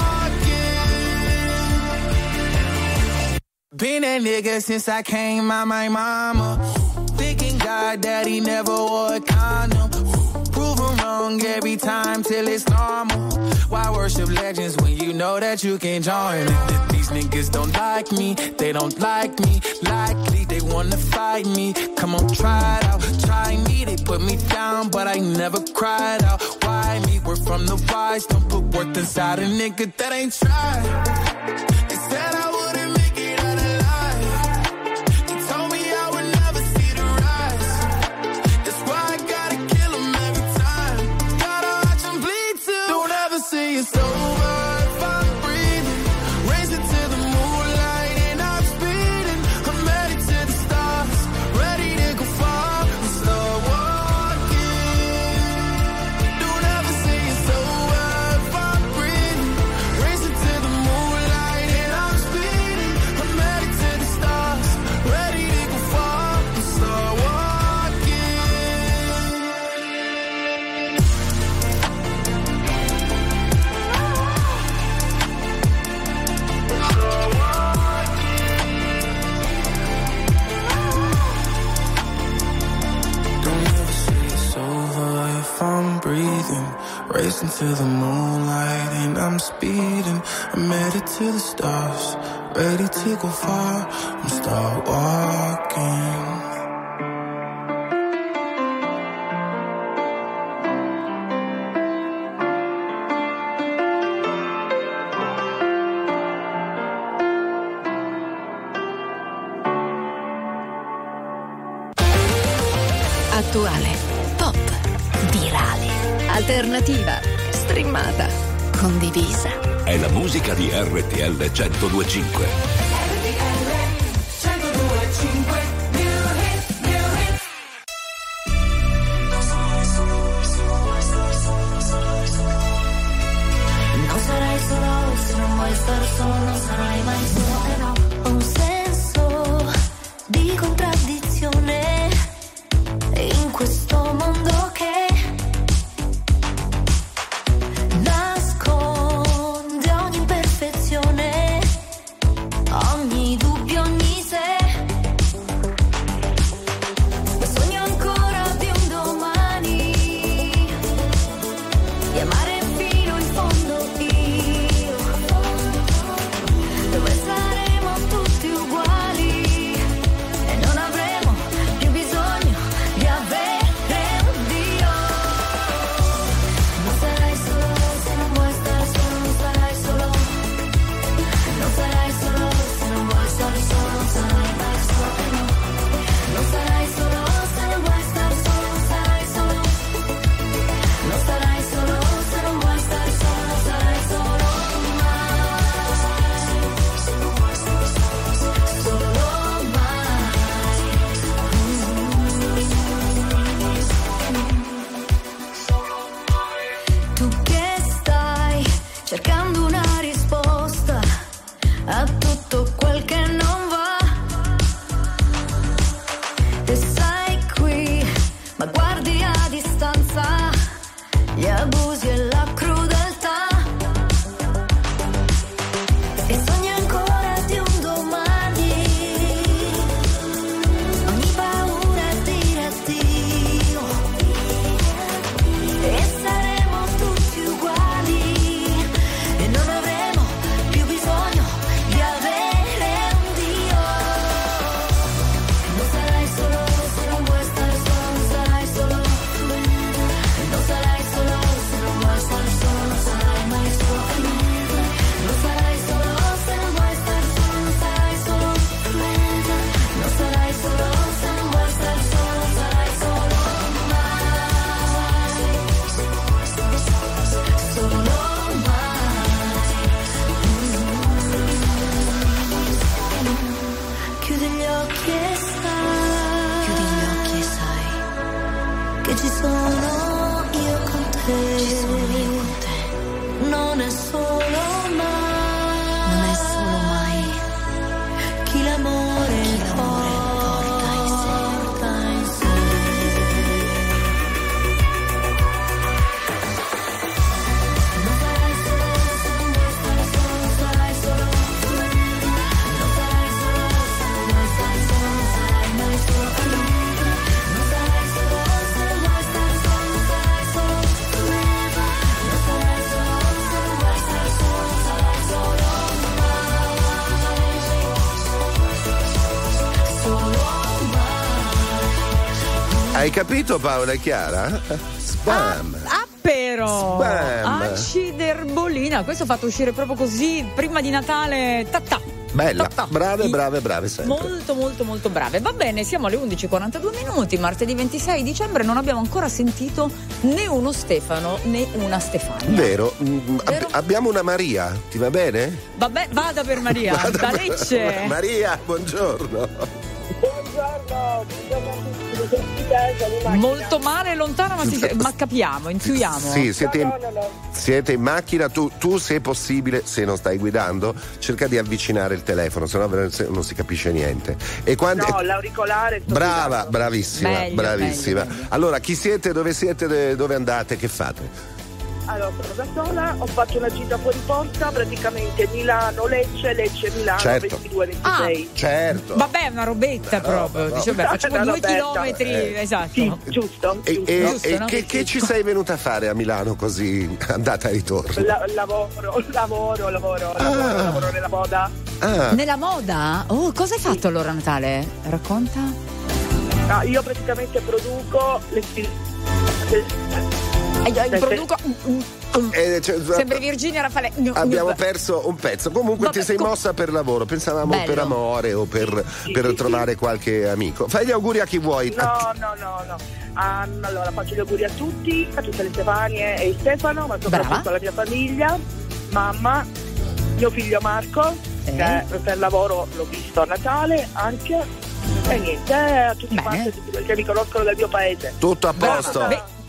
[SPEAKER 5] walking. Been that nigga since I came out my mama. Thinking God that he never wore a condom. Proven wrong every time till it's normal. Why worship legends when you know that you can join? These niggas don't like me, they don't like me. Likely they wanna fight me. Come on, try it out, try me. They put me down, but I never cried out. Why me? We're from the wise. Don't put worth inside a nigga that ain't tried. They said I wouldn't make it out alive. They told me I would never see the rise. That's why I gotta kill 'em every time. Gotta watch 'em bleed too. Don't ever see it's over if I'm breathing. Racing to the moonlight and I'm speeding. I'm headed to the stars, ready to go far and start walking. Don't ever see it's over if I'm breathing. Racing to the moonlight and I'm speeding. I'm headed to the stars, ready to go far and start walking. Don't ever say it's over if I'm breathing. Racing to the moonlight and I'm speeding. I'm headed to the stars, ready to go far and start walking.
[SPEAKER 15] Attuale, pop, virale, alternativa, streamata, condivisa.
[SPEAKER 4] È la musica di R T L centodue e cinque.
[SPEAKER 3] stare solo, non sarai mai solo, eh no. Ho un senso di contraddizione in questo mondo che nasconde ogni imperfezione, ogni dubbio, ogni se. Ma sogno ancora di un domani, di amare fino in fondo io, dove saremo tutti uguali e non avremo più bisogno di avere un Dio. Non sarai solo se non vuoi stare solo, non sarai solo. Non sarai solo se non vuoi stare solo, non sarai mai solo, eh no. Non sarai solo se non vuoi stare solo, non sarai solo. Non sarai solo se non vuoi stare solo, non sarai solo mai. Solo mai. Tu che stai cercando una risposta a tutto quel che non va, e sei qui, ma guardi a distanza gli abusi e la crudeltà, e sogni ancora di un domani, ogni paura è dire addio, e saremo tutti uguali e non avremo più bisogno di avere un Dio. Non sarai solo se non vuoi stare solo, non sarai solo. Non sarai solo se non vuoi stare solo, non sarai mai solo, eh no. Non sarai solo se non vuoi stare solo, non sarai solo. Non sarai solo se non vuoi stare solo, non sarai solo mai. Solo mai. Chiudi gli occhi e sai, chiudi gli occhi e sai che ci sono io con te, ci sono io con te. Non è solo mai, non è solo mai chi l'amore, chi l'amore porta in sé, porta in sé. Non sarai solo se non vuoi stare solo, non sarai solo. Non sarai solo se non vuoi stare solo, non sarai mai solo, eh no. Non sarai solo se non vuoi stare solo, non sarai solo. Non sarai solo se non vuoi stare solo, non sarai solo mai. Solo mai.
[SPEAKER 1] Hai capito, Paola e Chiara? Spam.
[SPEAKER 2] Ah, però
[SPEAKER 1] Spam.
[SPEAKER 2] acciderbolina, questo ho fatto uscire proprio così prima di Natale. Ta ta.
[SPEAKER 1] Bella,
[SPEAKER 2] Ta ta.
[SPEAKER 1] brave, brave, brave sempre.
[SPEAKER 2] Molto molto molto brave. Va bene, siamo alle undici e quarantadue minuti, martedì ventisei dicembre, non abbiamo ancora sentito né uno Stefano né una Stefania.
[SPEAKER 1] Vero? Mm, ab-
[SPEAKER 2] Vero?
[SPEAKER 1] abbiamo una Maria, ti va bene?
[SPEAKER 2] Vabbè, vada per Maria,
[SPEAKER 1] Vada
[SPEAKER 2] da
[SPEAKER 1] per-
[SPEAKER 2] Lecce.
[SPEAKER 1] Maria, buongiorno.
[SPEAKER 6] Buongiorno, buongiorno a tutti.
[SPEAKER 2] Molto male, lontana, ma, si, ma capiamo, intuiamo.
[SPEAKER 1] Sì, siete in,
[SPEAKER 6] No, no, no.
[SPEAKER 1] siete in macchina, tu, tu se possibile, se non stai guidando, cerca di avvicinare il telefono, sennò veramente non si capisce niente. E quando,
[SPEAKER 13] No, l'auricolare. sto
[SPEAKER 1] brava,
[SPEAKER 13] guidando.
[SPEAKER 1] bravissima,
[SPEAKER 2] Meglio,
[SPEAKER 1] bravissima.
[SPEAKER 2] meglio, meglio.
[SPEAKER 1] Allora, chi siete, dove siete, de- dove andate, che fate?
[SPEAKER 13] Allora, sono da sola, ho fatto una gita fuori porta, praticamente Milano-Lecce, Lecce-Milano,
[SPEAKER 1] Certo.
[SPEAKER 13] ventidue ventisei.
[SPEAKER 1] Certo.
[SPEAKER 2] Vabbè, una robetta proprio.
[SPEAKER 1] no.
[SPEAKER 2] Dice, beh, facciamo
[SPEAKER 13] Una
[SPEAKER 2] due
[SPEAKER 13] robetta.
[SPEAKER 2] chilometri,
[SPEAKER 1] Eh.
[SPEAKER 2] esatto.
[SPEAKER 13] Sì, giusto.
[SPEAKER 1] E,
[SPEAKER 13] giusto.
[SPEAKER 1] e-
[SPEAKER 2] Giusto,
[SPEAKER 1] e
[SPEAKER 2] no?
[SPEAKER 1] che, che ci sei venuta a fare a Milano così andata e ritorno?
[SPEAKER 13] La- lavoro, lavoro, lavoro,
[SPEAKER 1] Ah.
[SPEAKER 13] lavoro, lavoro nella moda.
[SPEAKER 1] Ah,
[SPEAKER 2] Nella moda? Oh, cosa hai fatto allora a Natale? Racconta.
[SPEAKER 13] Ah, io praticamente produco le stil-
[SPEAKER 2] Eh, io produco.
[SPEAKER 1] eh, cioè,
[SPEAKER 2] Sembra Virginia Raffaele.
[SPEAKER 1] abbiamo perso un pezzo. Comunque
[SPEAKER 2] Vabbè,
[SPEAKER 1] ti sei
[SPEAKER 2] com-
[SPEAKER 1] mossa per lavoro, pensavamo
[SPEAKER 2] Bello.
[SPEAKER 1] per amore o per, per
[SPEAKER 13] sì,
[SPEAKER 1] trovare qualche amico. Fai gli auguri a chi vuoi.
[SPEAKER 13] No, no, no, no. Ah, allora faccio gli auguri a tutti, a tutte le Stefanie e Stefano, ma soprattutto
[SPEAKER 2] Brava.
[SPEAKER 13] alla mia famiglia, mamma, mio figlio Marco,
[SPEAKER 2] Eh.
[SPEAKER 13] che per lavoro l'ho visto a Natale anche. E niente, a tutti
[SPEAKER 2] Bene.
[SPEAKER 13] quanti, tutti quelli che mi conoscono dal mio paese.
[SPEAKER 1] Tutto a
[SPEAKER 13] Brava.
[SPEAKER 1] posto.
[SPEAKER 2] Beh,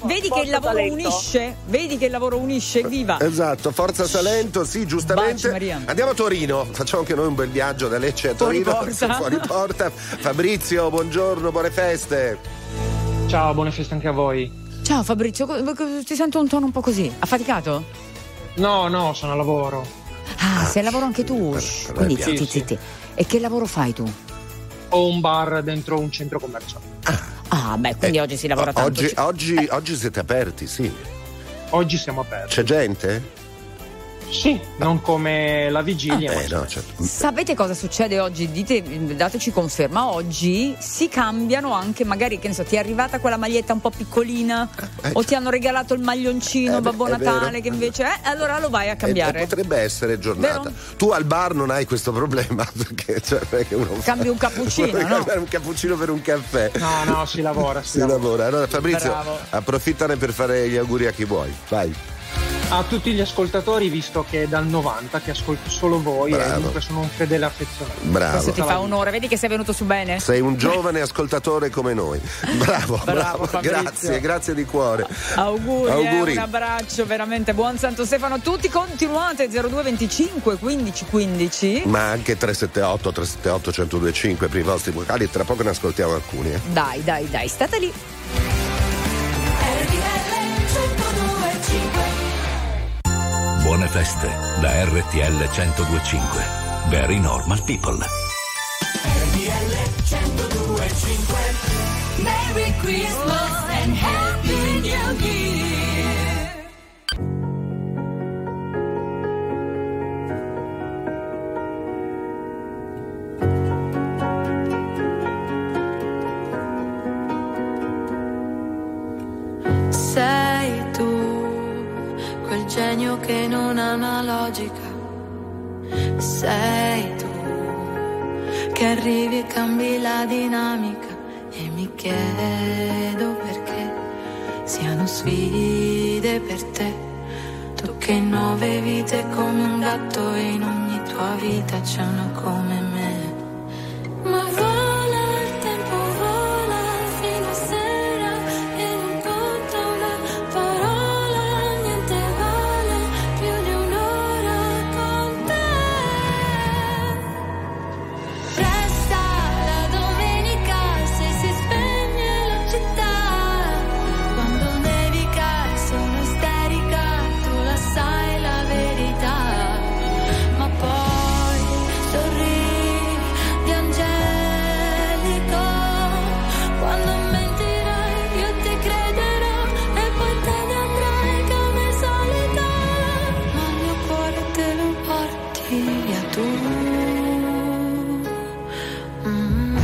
[SPEAKER 2] vedi che il lavoro
[SPEAKER 6] Salento.
[SPEAKER 2] unisce? Vedi che il lavoro unisce? Viva!
[SPEAKER 1] Esatto, Forza Salento, sì, giustamente.
[SPEAKER 2] Baci, Maria.
[SPEAKER 1] Andiamo a Torino, facciamo anche noi un bel viaggio da Lecce a Torino.
[SPEAKER 2] Fuori porta.
[SPEAKER 1] Fuori porta. Fabrizio, buongiorno, buone feste.
[SPEAKER 16] Ciao, buone feste anche a voi.
[SPEAKER 2] Ciao Fabrizio, co- co- ti sento un tono un po' così. Affaticato?
[SPEAKER 16] No, no, sono a lavoro.
[SPEAKER 2] Ah, sei al lavoro anche tu? Shh, quindi
[SPEAKER 16] piace.
[SPEAKER 2] zitti, zitti. E che lavoro fai tu?
[SPEAKER 16] Ho un bar dentro un centro commerciale.
[SPEAKER 2] Ah, beh, quindi oggi si lavora tanto.
[SPEAKER 1] Oggi,
[SPEAKER 2] Ci-
[SPEAKER 1] oggi, oggi siete aperti, sì.
[SPEAKER 16] Oggi siamo aperti.
[SPEAKER 1] C'è gente?
[SPEAKER 16] Sì, non come la vigilia.
[SPEAKER 1] Eh,
[SPEAKER 16] ma
[SPEAKER 1] no,
[SPEAKER 16] c'è.
[SPEAKER 1] certo.
[SPEAKER 2] Sapete cosa succede oggi? Dite, dateci conferma. Oggi si cambiano anche, magari, che ne so, ti è arrivata quella maglietta un po' piccolina
[SPEAKER 1] Eh,
[SPEAKER 2] o ti hanno regalato il maglioncino
[SPEAKER 1] Eh,
[SPEAKER 2] Babbo
[SPEAKER 1] è
[SPEAKER 2] Natale
[SPEAKER 1] vero.
[SPEAKER 2] che invece eh, allora lo vai a cambiare.
[SPEAKER 1] Eh, potrebbe essere giornata.
[SPEAKER 2] Vero?
[SPEAKER 1] Tu al bar non hai questo problema perché, cioè, perché uno
[SPEAKER 2] Cambi un cappuccino,
[SPEAKER 1] Vuoi
[SPEAKER 2] no?
[SPEAKER 1] cambiare un cappuccino per un caffè.
[SPEAKER 16] No, no, si lavora, si,
[SPEAKER 1] Si lavora. Allora Fabrizio,
[SPEAKER 2] Bravo.
[SPEAKER 1] approfittane per fare gli auguri a chi vuoi. Vai.
[SPEAKER 16] A tutti gli ascoltatori, visto che è dal novanta che ascolto solo voi
[SPEAKER 1] Bravo.
[SPEAKER 16] e dunque sono un fedele affezionato.
[SPEAKER 1] Bravo.
[SPEAKER 2] Questo ti fa onore, vedi che sei venuto su bene?
[SPEAKER 1] Sei un giovane ascoltatore come noi. Bravo, bravo.
[SPEAKER 2] Fabrizio.
[SPEAKER 1] Grazie, grazie di cuore.
[SPEAKER 2] Auguri,
[SPEAKER 1] Auguri.
[SPEAKER 2] eh, un abbraccio, veramente buon Santo Stefano a tutti. Continuate zero due venticinque quindici quindici.
[SPEAKER 1] Ma anche tre sette otto tre sette otto uno zero due cinque per i vostri vocali, tra poco ne ascoltiamo alcuni. Eh.
[SPEAKER 2] Dai, dai, dai, state lì.
[SPEAKER 4] Buone feste da R T L centodue e cinque. Very Normal People.
[SPEAKER 3] R T L centodue e cinque. Merry Christmas and Happy New Year.
[SPEAKER 17] Sei tu quel genio che non ha una logica. Sei tu che arrivi e cambi la dinamica. E mi chiedo perché siano sfide per te. Tu che in nove vite come un gatto e in ogni tua vita c'è uno come me. Ma vola il tempo, vola fino a sera e non conta una parola, niente vale più di un'ora con te. Resta la domenica se si spegne la città, quando nevica e sono isterica, tu la sai la verità, ma poi sorridi angelico, quando mentirai io ti crederò e poi te ne andrai come solita, ma il mio cuore te lo porti via tu. Mm.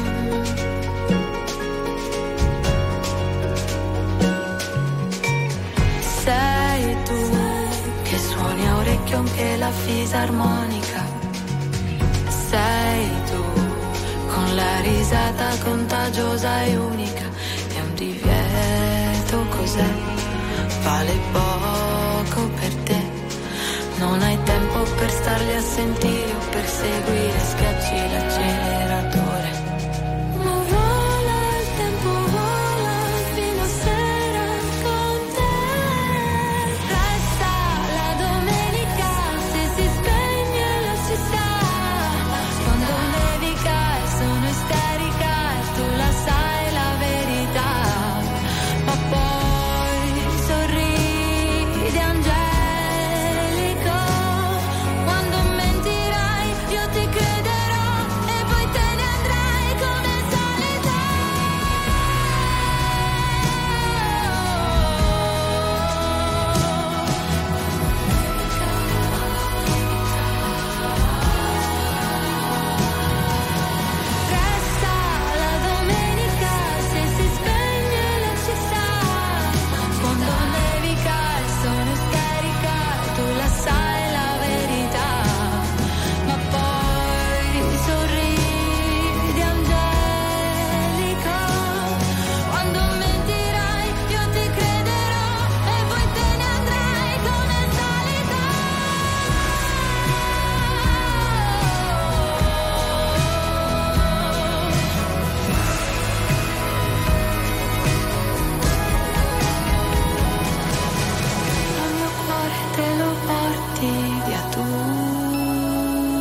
[SPEAKER 17] Sei tu che suoni a orecchio anche la fisarmonica. Sei tu con la risata contagiosa e unica. È un divieto, cos'è? Vale poco per te. Non hai tempo per starli a sentire o per seguire, schiacci l'acceleratore. Ma vola il tempo, vola fino a sera con te. Resta la domenica se si spegne la città, quando nevica e sono isterica e tu la sai la verità, ma poi sorridi angelico, quando mentirai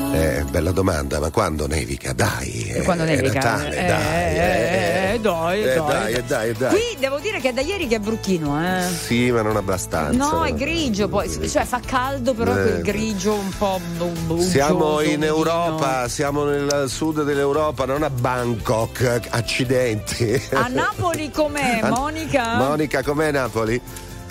[SPEAKER 1] Eh, bella domanda, ma quando nevica? Dai, eh,
[SPEAKER 2] quando nevica?
[SPEAKER 1] È Natale,
[SPEAKER 2] eh,
[SPEAKER 1] dai,
[SPEAKER 2] eh, eh, dai,
[SPEAKER 1] eh,
[SPEAKER 2] dai,
[SPEAKER 1] dai, dai, dai.
[SPEAKER 2] Qui devo dire che è da ieri che è bruttino, eh.
[SPEAKER 1] Sì, ma non abbastanza.
[SPEAKER 2] No, è grigio, poi, cioè fa caldo, però
[SPEAKER 1] Eh.
[SPEAKER 2] quel grigio un po' uggioso.
[SPEAKER 1] Siamo in
[SPEAKER 2] umidino.
[SPEAKER 1] Europa, siamo nel sud dell'Europa, non a Bangkok, accidenti.
[SPEAKER 2] A Napoli com'è,
[SPEAKER 1] A-
[SPEAKER 2] Monica?
[SPEAKER 1] Monica, com'è Napoli?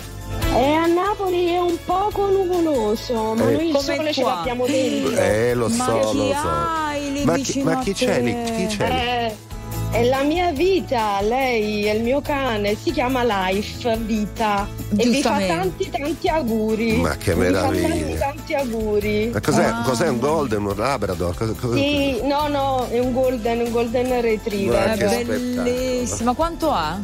[SPEAKER 6] E a Napoli è un poco nuvoloso, ma
[SPEAKER 1] Eh.
[SPEAKER 6] noi il
[SPEAKER 2] Come
[SPEAKER 6] sole ce
[SPEAKER 2] qua.
[SPEAKER 6] l'abbiamo dentro.
[SPEAKER 1] Eh, lo
[SPEAKER 2] Ma
[SPEAKER 1] so,
[SPEAKER 2] chi
[SPEAKER 1] lo so.
[SPEAKER 2] hai lì
[SPEAKER 1] Ma chi,
[SPEAKER 2] vicino
[SPEAKER 1] ma
[SPEAKER 2] a
[SPEAKER 1] chi
[SPEAKER 2] te?
[SPEAKER 1] c'è lì? Chi c'è lì?
[SPEAKER 6] Eh, è la mia vita, lei è il mio cane, si chiama Life, vita. E vi fa
[SPEAKER 2] Giustamente.
[SPEAKER 6] tanti tanti auguri.
[SPEAKER 1] Ma che
[SPEAKER 6] Vi fa
[SPEAKER 1] meraviglia.
[SPEAKER 6] tanti tanti auguri.
[SPEAKER 1] Ma cos'è?
[SPEAKER 2] Ah.
[SPEAKER 1] Cos'è un golden, un labrador? Cosa, cosa-
[SPEAKER 6] Sì, no, no, è un golden, un golden retriever.
[SPEAKER 1] Ma che
[SPEAKER 2] È
[SPEAKER 1] spettacolo.
[SPEAKER 2] bellissima. Quanto ha?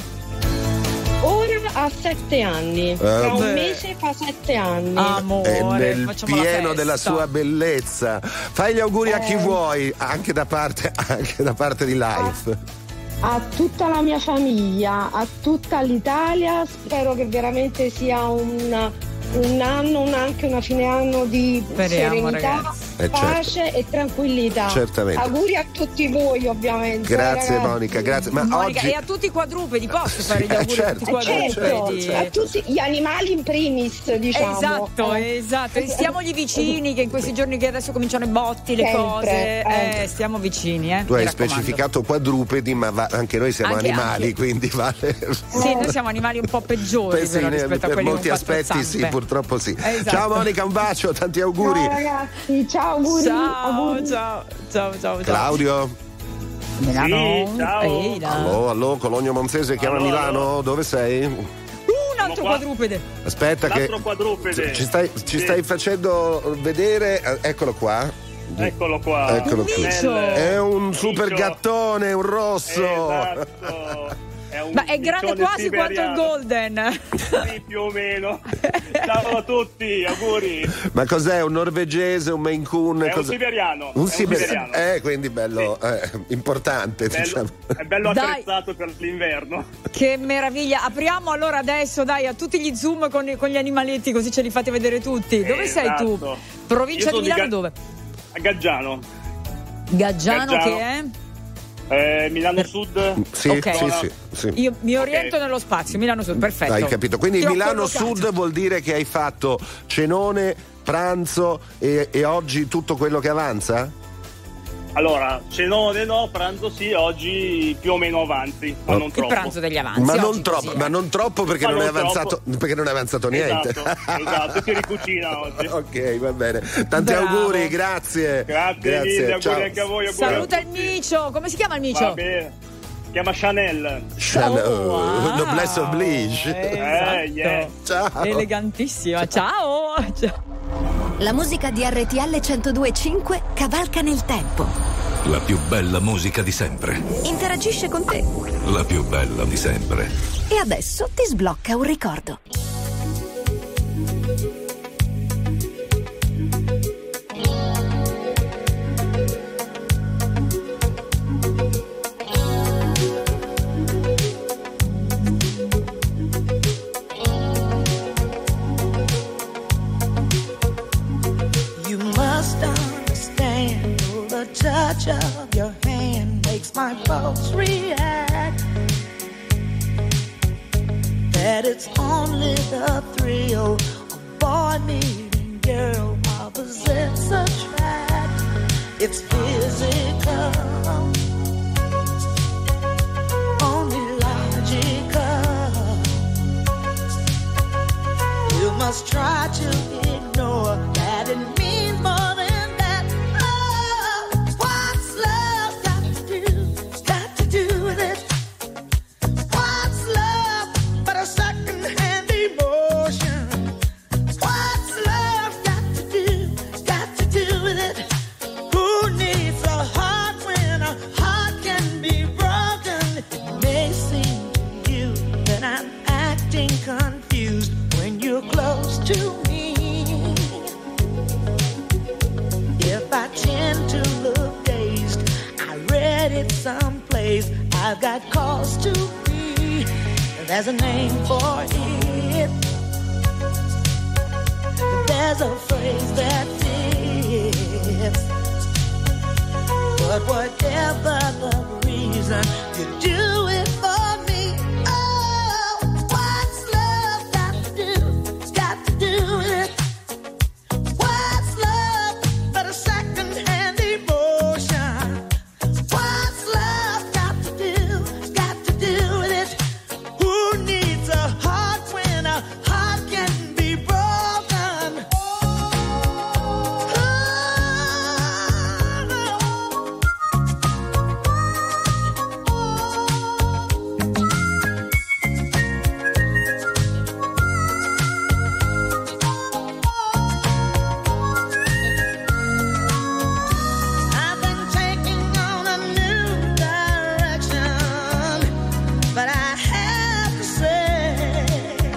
[SPEAKER 6] Ora ha sette anni, tra un
[SPEAKER 2] beh.
[SPEAKER 6] mese fa sette anni.
[SPEAKER 1] È
[SPEAKER 2] Amore,
[SPEAKER 1] nel
[SPEAKER 2] facciamo la
[SPEAKER 1] pieno
[SPEAKER 2] festa.
[SPEAKER 1] della sua bellezza. Fai gli auguri a chi
[SPEAKER 6] Eh.
[SPEAKER 1] vuoi, anche da parte, anche da parte di Life.
[SPEAKER 6] A tutta la mia famiglia, a tutta l'Italia, spero che veramente sia un, un anno, un- anche una fine anno di
[SPEAKER 2] Speriamo,
[SPEAKER 6] serenità,
[SPEAKER 2] ragazzi.
[SPEAKER 1] Eh,
[SPEAKER 6] pace e tranquillità.
[SPEAKER 1] Certamente.
[SPEAKER 6] Auguri a tutti voi, ovviamente.
[SPEAKER 1] Grazie
[SPEAKER 6] eh, ragazzi.
[SPEAKER 1] Monica, grazie. Ma
[SPEAKER 2] Monica,
[SPEAKER 1] oggi
[SPEAKER 2] e a tutti i quadrupedi, posso fare gli
[SPEAKER 1] eh,
[SPEAKER 2] auguri
[SPEAKER 1] certo.
[SPEAKER 2] a tutti i
[SPEAKER 6] Eh, certo,
[SPEAKER 2] quadrupedi?
[SPEAKER 6] a tutti gli animali in primis, diciamo.
[SPEAKER 2] Esatto,
[SPEAKER 6] Eh.
[SPEAKER 2] esatto. E stiamogli vicini, che in questi giorni che adesso cominciano i botti, le
[SPEAKER 6] Sempre,
[SPEAKER 2] cose,
[SPEAKER 6] eh.
[SPEAKER 2] eh, stiamo vicini, eh.
[SPEAKER 1] tu
[SPEAKER 2] mi
[SPEAKER 1] hai
[SPEAKER 2] raccomando.
[SPEAKER 1] specificato quadrupedi, ma va- anche noi siamo
[SPEAKER 2] Anche-
[SPEAKER 1] animali,
[SPEAKER 2] anche.
[SPEAKER 1] quindi vale.
[SPEAKER 2] Sì, noi siamo animali un po' peggiori
[SPEAKER 1] Beh, sì,
[SPEAKER 2] però,
[SPEAKER 1] ne-
[SPEAKER 2] rispetto a
[SPEAKER 1] per
[SPEAKER 2] quelli
[SPEAKER 1] molti
[SPEAKER 2] con quattro
[SPEAKER 1] aspetti sì,
[SPEAKER 2] zampe.
[SPEAKER 1] purtroppo sì.
[SPEAKER 2] Esatto.
[SPEAKER 1] Ciao Monica, un bacio, tanti auguri.
[SPEAKER 6] Ciao ragazzi, ciao, auguri.
[SPEAKER 2] Ciao,
[SPEAKER 6] auguri.
[SPEAKER 2] ciao, ciao, ciao, ciao.
[SPEAKER 1] Claudio.
[SPEAKER 2] Milano.
[SPEAKER 11] Sì, ciao.
[SPEAKER 2] Ehi là.
[SPEAKER 1] Allo, allo, Cologno Monzese chiama
[SPEAKER 11] Allo,
[SPEAKER 1] Milano,
[SPEAKER 11] allo.
[SPEAKER 1] dove sei?
[SPEAKER 2] Un altro
[SPEAKER 11] qua.
[SPEAKER 2] quadrupede.
[SPEAKER 1] Aspetta che
[SPEAKER 11] L'altro quadrupede.
[SPEAKER 1] ci stai, ci
[SPEAKER 11] Sì.
[SPEAKER 1] stai facendo vedere, eh, eccolo qua.
[SPEAKER 11] Eccolo qua.
[SPEAKER 1] Eccolo
[SPEAKER 2] Un
[SPEAKER 1] qui.
[SPEAKER 2] micio.
[SPEAKER 1] È un super
[SPEAKER 11] Micio.
[SPEAKER 1] gattone, un rosso.
[SPEAKER 11] Esatto. È un
[SPEAKER 2] Ma è grande
[SPEAKER 11] miccione
[SPEAKER 2] quasi quanto il
[SPEAKER 11] siberiano.
[SPEAKER 2] Golden.
[SPEAKER 11] Sì, più o meno. Ciao a tutti, auguri.
[SPEAKER 1] Ma cos'è? Un norvegese, un Maine Coon?
[SPEAKER 11] È un
[SPEAKER 1] Cos'è?
[SPEAKER 11] siberiano.
[SPEAKER 1] Un
[SPEAKER 11] è un
[SPEAKER 1] siberiano.
[SPEAKER 11] siberiano.
[SPEAKER 1] Eh, quindi bello, eh, importante,
[SPEAKER 11] Bello-
[SPEAKER 1] diciamo.
[SPEAKER 11] È bello
[SPEAKER 2] Dai.
[SPEAKER 11] attrezzato per l'inverno.
[SPEAKER 2] Che meraviglia. Apriamo allora adesso, dai, a tutti gli zoom con, con gli animaletti, così ce li fate vedere tutti. Dove sei tu?
[SPEAKER 11] Esatto.
[SPEAKER 2] Provincia
[SPEAKER 11] Io
[SPEAKER 2] di
[SPEAKER 11] sono
[SPEAKER 2] Milano
[SPEAKER 11] Ga-
[SPEAKER 2] dove?
[SPEAKER 11] A Gaggiano.
[SPEAKER 2] Gaggiano,
[SPEAKER 11] Gaggiano.
[SPEAKER 2] che è?
[SPEAKER 11] Eh, Milano Sud.
[SPEAKER 1] Sì,
[SPEAKER 2] Ok.
[SPEAKER 1] sì, sì, sì.
[SPEAKER 2] Io mi oriento nello spazio, Milano Sud, perfetto.
[SPEAKER 1] Hai capito? Quindi
[SPEAKER 2] Ti ho
[SPEAKER 1] Milano
[SPEAKER 2] collocato.
[SPEAKER 1] Sud vuol dire che hai fatto cenone, pranzo e, e oggi tutto quello che avanza?
[SPEAKER 11] Allora, cenone no, pranzo sì, oggi più o meno avanti, ma
[SPEAKER 1] Oh.
[SPEAKER 11] non
[SPEAKER 2] Il
[SPEAKER 11] troppo.
[SPEAKER 2] pranzo degli avanzi.
[SPEAKER 1] Ma
[SPEAKER 2] oggi
[SPEAKER 1] non
[SPEAKER 2] così,
[SPEAKER 1] troppo,
[SPEAKER 2] eh.
[SPEAKER 1] ma non troppo perché
[SPEAKER 11] Ma
[SPEAKER 1] non, è
[SPEAKER 11] non
[SPEAKER 1] avanzato, perché non è avanzato niente.
[SPEAKER 11] Esatto, esatto, si ricucina oggi.
[SPEAKER 1] Ok, va bene. Tanti
[SPEAKER 2] Bravo.
[SPEAKER 1] auguri, grazie.
[SPEAKER 11] Grazie, mille, auguri
[SPEAKER 1] ciao.
[SPEAKER 11] anche a voi. Auguri
[SPEAKER 2] Saluta
[SPEAKER 11] a
[SPEAKER 2] il
[SPEAKER 11] tutti.
[SPEAKER 2] micio. Come si chiama il micio?
[SPEAKER 11] Va bene. Si chiama Chanel.
[SPEAKER 1] Chanel,
[SPEAKER 2] Oh, wow.
[SPEAKER 1] noblesse oblige.
[SPEAKER 2] Esatto.
[SPEAKER 11] Eh, yeah.
[SPEAKER 1] Ciao.
[SPEAKER 2] Elegantissima. Ciao. Ciao.
[SPEAKER 15] La musica di R T L centodue e cinque cavalca nel tempo.
[SPEAKER 4] La più bella musica di sempre.
[SPEAKER 15] Interagisce con te.
[SPEAKER 4] La più bella di sempre.
[SPEAKER 15] E adesso ti sblocca un ricordo.
[SPEAKER 3] You must understand the touch of your hand makes my pulse react. That it's only the thrill of boy meeting girl opposites attract. It's physical, only logical. You must try to ignore that it means more than that. Oh, what's love got to do? Got to do with it. What's love but a second-hand emotion? What's love got to do? Got to do with it. Who needs a heart when a heart can be broken? It may seem to you that I'm acting confused when you're close to me. If I tend to look dazed, I read it someplace. I've got cause to be. There's a name for it. There's a phrase that fits. But whatever the reason, you do it for me. Oh, what's love got to do? It's got to do with it. What's love but a second-hand emotion? What's love got to do? It's got to do with it. Who needs a heart when a heart can be broken? I've been taking on a new direction, but I have to say,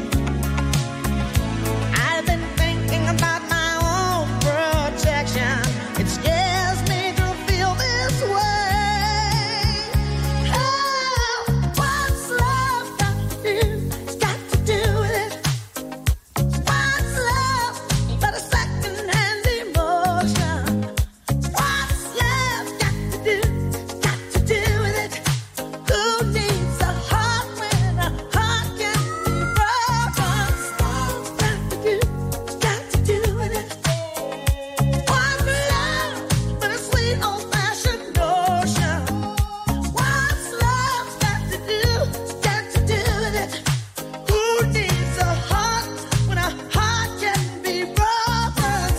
[SPEAKER 3] I've been thinking about my own protection. It scares me to feel this way. Oh, what's love got to do? It's got to do with it. What's love but a second-hand emotion? What's love got to do? It's got to do with it. Who needs a heart when a heart can be broken? What's got to do? It's got to do with it. What's love but a sweet old-fashioned notion? What's love got to do? It's got to do with it. Who needs a heart when a heart can be broken?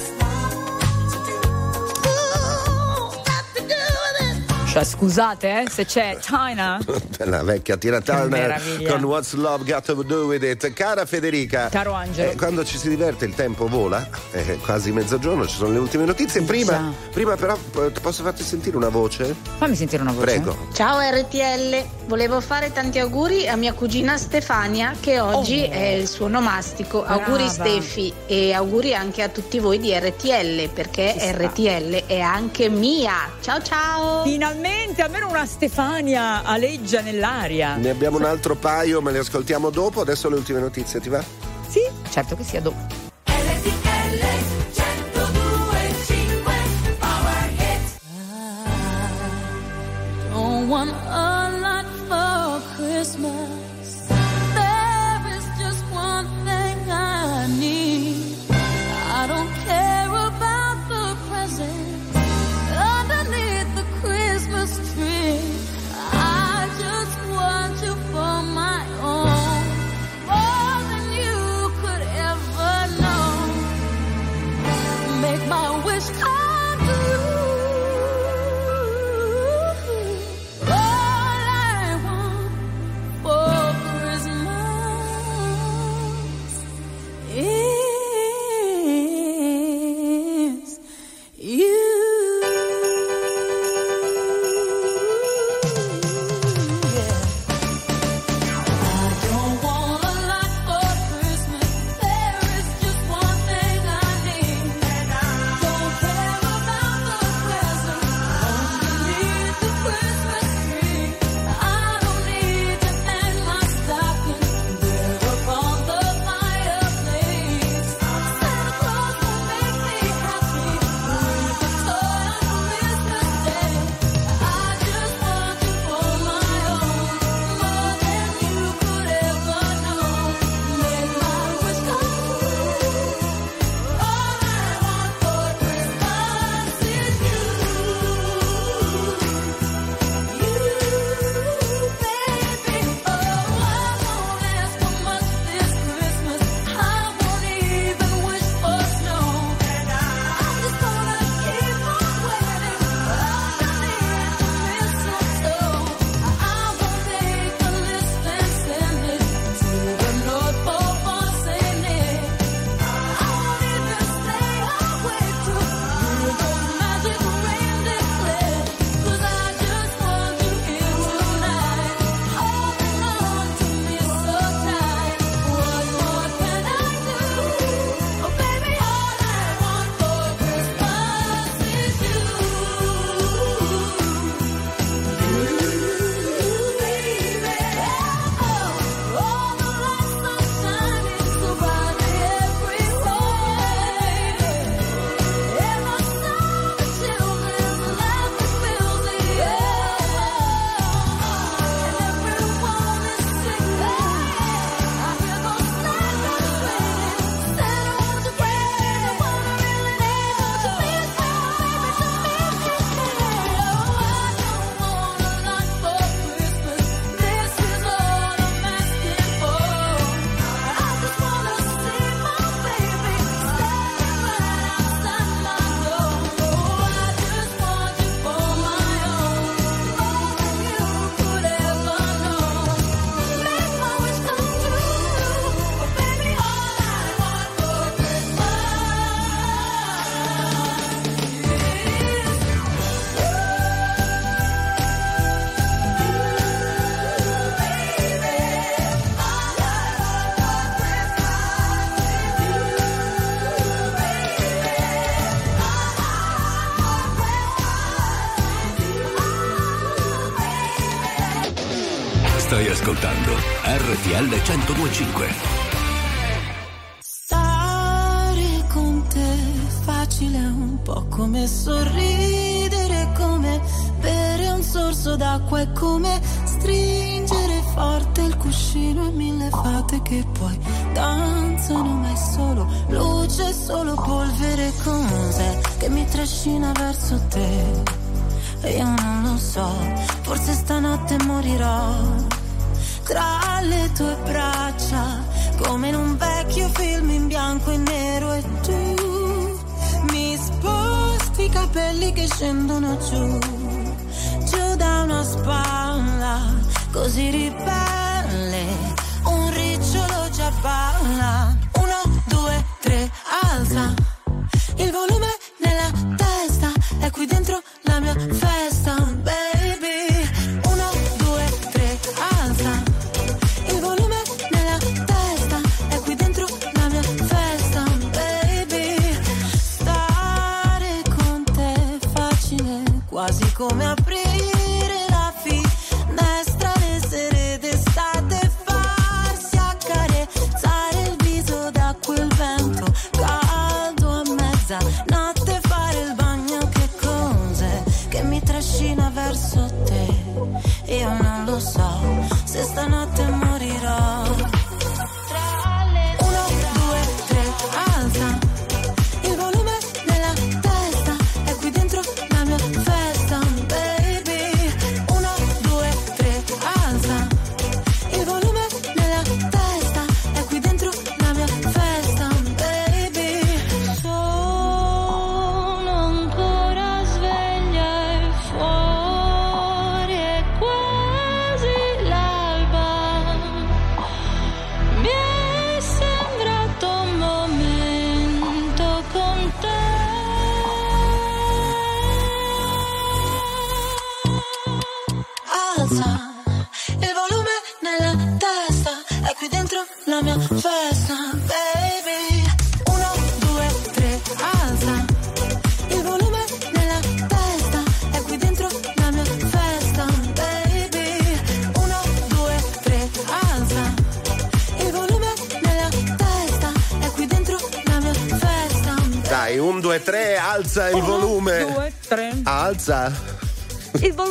[SPEAKER 3] Ooh, got to do with it.
[SPEAKER 2] Cioè, scusate, eh, se c'è China.
[SPEAKER 1] La vecchia Tina Turner
[SPEAKER 2] meraviglia.
[SPEAKER 1] con What's Love Got to Do With It. Cara Federica,
[SPEAKER 2] Caro Angelo.
[SPEAKER 1] eh, quando ci si diverte il tempo vola, è quasi mezzogiorno, ci sono le ultime notizie. Prima, prima però p- posso farti sentire una voce?
[SPEAKER 2] Fammi sentire una voce.
[SPEAKER 1] Prego.
[SPEAKER 18] Ciao R T L, volevo fare tanti auguri a mia cugina Stefania che oggi
[SPEAKER 2] Oh.
[SPEAKER 18] è il suo nomastico.
[SPEAKER 2] Brava.
[SPEAKER 18] Auguri Stefi e auguri anche a tutti voi di R T L perché
[SPEAKER 2] Ci sta.
[SPEAKER 18] R T L è anche mia. Ciao ciao!
[SPEAKER 2] Finalmente almeno una Stefania aleggia nell'aria.
[SPEAKER 1] Ne abbiamo un altro paio, me le ascoltiamo dopo. Adesso le ultime notizie, ti va?
[SPEAKER 2] Sì, certo che sia dopo.
[SPEAKER 3] Don't want a lot for Christmas. There is just one thing I need. I don't care about the presents underneath the Christmas tree. I just want you for my own, more than you could ever know. Make my wish come true. Oh,
[SPEAKER 4] Stai ascoltando R T L centodue e cinque.
[SPEAKER 3] Stare con te facile, un po' come sorridere, come bere un sorso d'acqua, è come stringere forte il cuscino e mille fate che poi danzano, ma è solo luce, solo polvere. Cos'è che mi trascina verso te? E io non lo so, forse stanotte morirò tra le tue braccia, come in un vecchio film in bianco e nero, e tu mi sposti i capelli che scendono giù, giù da una spalla, così ribelle, un ricciolo già balla. Uno, due, tre, alza il volume nella testa, è qui dentro la mia festa, baby. Uno, due, tre, alza il volume nella testa, è qui dentro la mia festa, baby. Stare con te è facile, quasi come aprire la finestra le sere d'estate, farsi accarezzare il viso da quel vento caldo a mezzanotte, fare il bagno, che cos'è che mi trascina verso te? Io non lo so, se stanotte morirò. Uno, due, tre, alza il volume nella testa, è qui dentro la mia festa, baby. Uno, due, tre, alza il volume nella testa, è qui dentro la mia festa, baby. Sono ancora sveglia e fuori è quasi l'alba, mi è sembrato un momento con te. Alza il volume nella testa, è qui dentro la mia festa, baby. Uno, due, tre, alza il volume nella testa, è qui dentro la mia festa, baby. Uno, due, tre, alza il volume nella testa, è qui dentro la mia festa.
[SPEAKER 1] Dai, un, due, tre, alza il volume.
[SPEAKER 2] Due, tre.
[SPEAKER 1] Alza.
[SPEAKER 2] Il volume.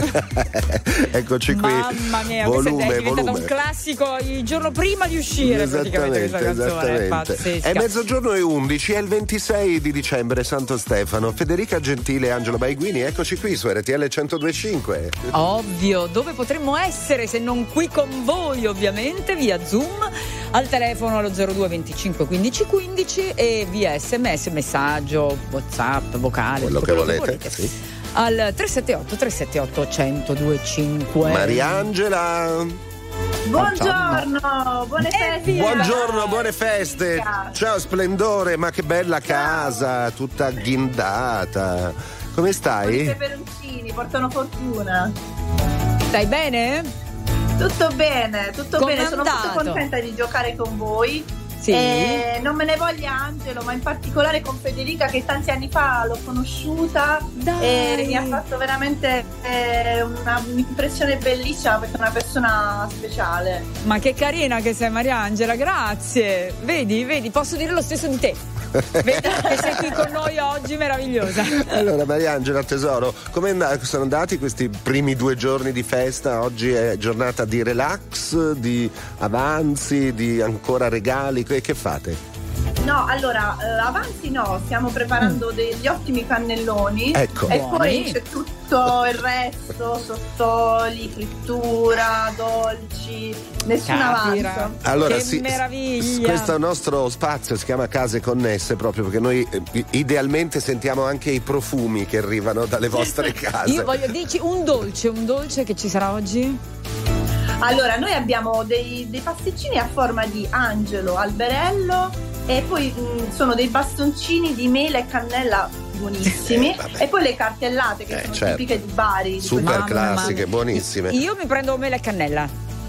[SPEAKER 1] Eccoci qui.
[SPEAKER 2] Mamma mia,
[SPEAKER 1] volume,
[SPEAKER 2] questo è diventato
[SPEAKER 1] volume.
[SPEAKER 2] un classico il giorno prima di uscire, praticamente, questa canzone è pazzesca.
[SPEAKER 1] È mezzogiorno e undici, è il ventisei di dicembre, Santo Stefano. Federica Gentile e Angelo Baiguini, eccoci qui su R T L centodue e cinque.
[SPEAKER 2] Ovvio, dove potremmo essere se non qui con voi, ovviamente, via Zoom, al telefono allo zero due venticinque quindici quindici e via sms, messaggio, WhatsApp, vocale,
[SPEAKER 1] Quello
[SPEAKER 2] tutto
[SPEAKER 1] che
[SPEAKER 2] quello
[SPEAKER 1] volete,
[SPEAKER 2] volete.
[SPEAKER 1] sì.
[SPEAKER 2] Al tre sette otto tre sette otto centodue e cinque.
[SPEAKER 1] Mariangela.
[SPEAKER 19] Buongiorno, buone feste.
[SPEAKER 1] Buongiorno, buone feste. Ciao Splendore, ma che bella casa, tutta ghindata. Come stai?
[SPEAKER 19] I peperoncini portano fortuna.
[SPEAKER 2] Stai bene?
[SPEAKER 19] Tutto bene, tutto
[SPEAKER 2] Com'è
[SPEAKER 19] bene. Sono
[SPEAKER 2] andato?
[SPEAKER 19] molto contenta di giocare con voi.
[SPEAKER 2] Sì.
[SPEAKER 19] E non me ne voglia Angelo, ma in particolare con Federica, che tanti anni fa l'ho conosciuta.
[SPEAKER 2] Dai.
[SPEAKER 19] E mi ha fatto veramente eh, una, un'impressione bellissima, perché è una persona speciale.
[SPEAKER 2] Ma che carina che sei, Mariangela, grazie. Vedi, vedi, posso dire lo stesso di te. Vedi che sei qui con noi oggi, meravigliosa.
[SPEAKER 1] Allora Mariangela tesoro, come and- sono andati questi primi due giorni di festa? Oggi è giornata di relax, di avanzi, di ancora regali, che, che fate?
[SPEAKER 19] No, allora, eh, avanti no, stiamo preparando degli ottimi cannelloni.
[SPEAKER 1] Ecco.
[SPEAKER 19] E
[SPEAKER 2] Buoni.
[SPEAKER 19] poi c'è tutto il resto, sottoli, frittura, dolci, nessun
[SPEAKER 2] Capira.
[SPEAKER 19] avanzo.
[SPEAKER 1] Allora,
[SPEAKER 2] Che
[SPEAKER 1] sì,
[SPEAKER 2] meraviglia.
[SPEAKER 1] questo nostro spazio si chiama Case Connesse proprio perché noi eh, idealmente sentiamo anche i profumi che arrivano dalle vostre case.
[SPEAKER 2] Io voglio dici un dolce, un dolce che ci sarà oggi?
[SPEAKER 19] Allora, noi abbiamo dei, dei pasticcini a forma di angelo, alberello, e poi mh, sono dei bastoncini di mele e cannella buonissimi,
[SPEAKER 1] Eh,
[SPEAKER 19] e poi le cartellate che
[SPEAKER 1] Eh,
[SPEAKER 19] sono
[SPEAKER 1] certo.
[SPEAKER 19] tipiche di Bari. di
[SPEAKER 1] Super
[SPEAKER 19] questi-
[SPEAKER 1] classiche, buonissime.
[SPEAKER 2] Io mi prendo mele e cannella.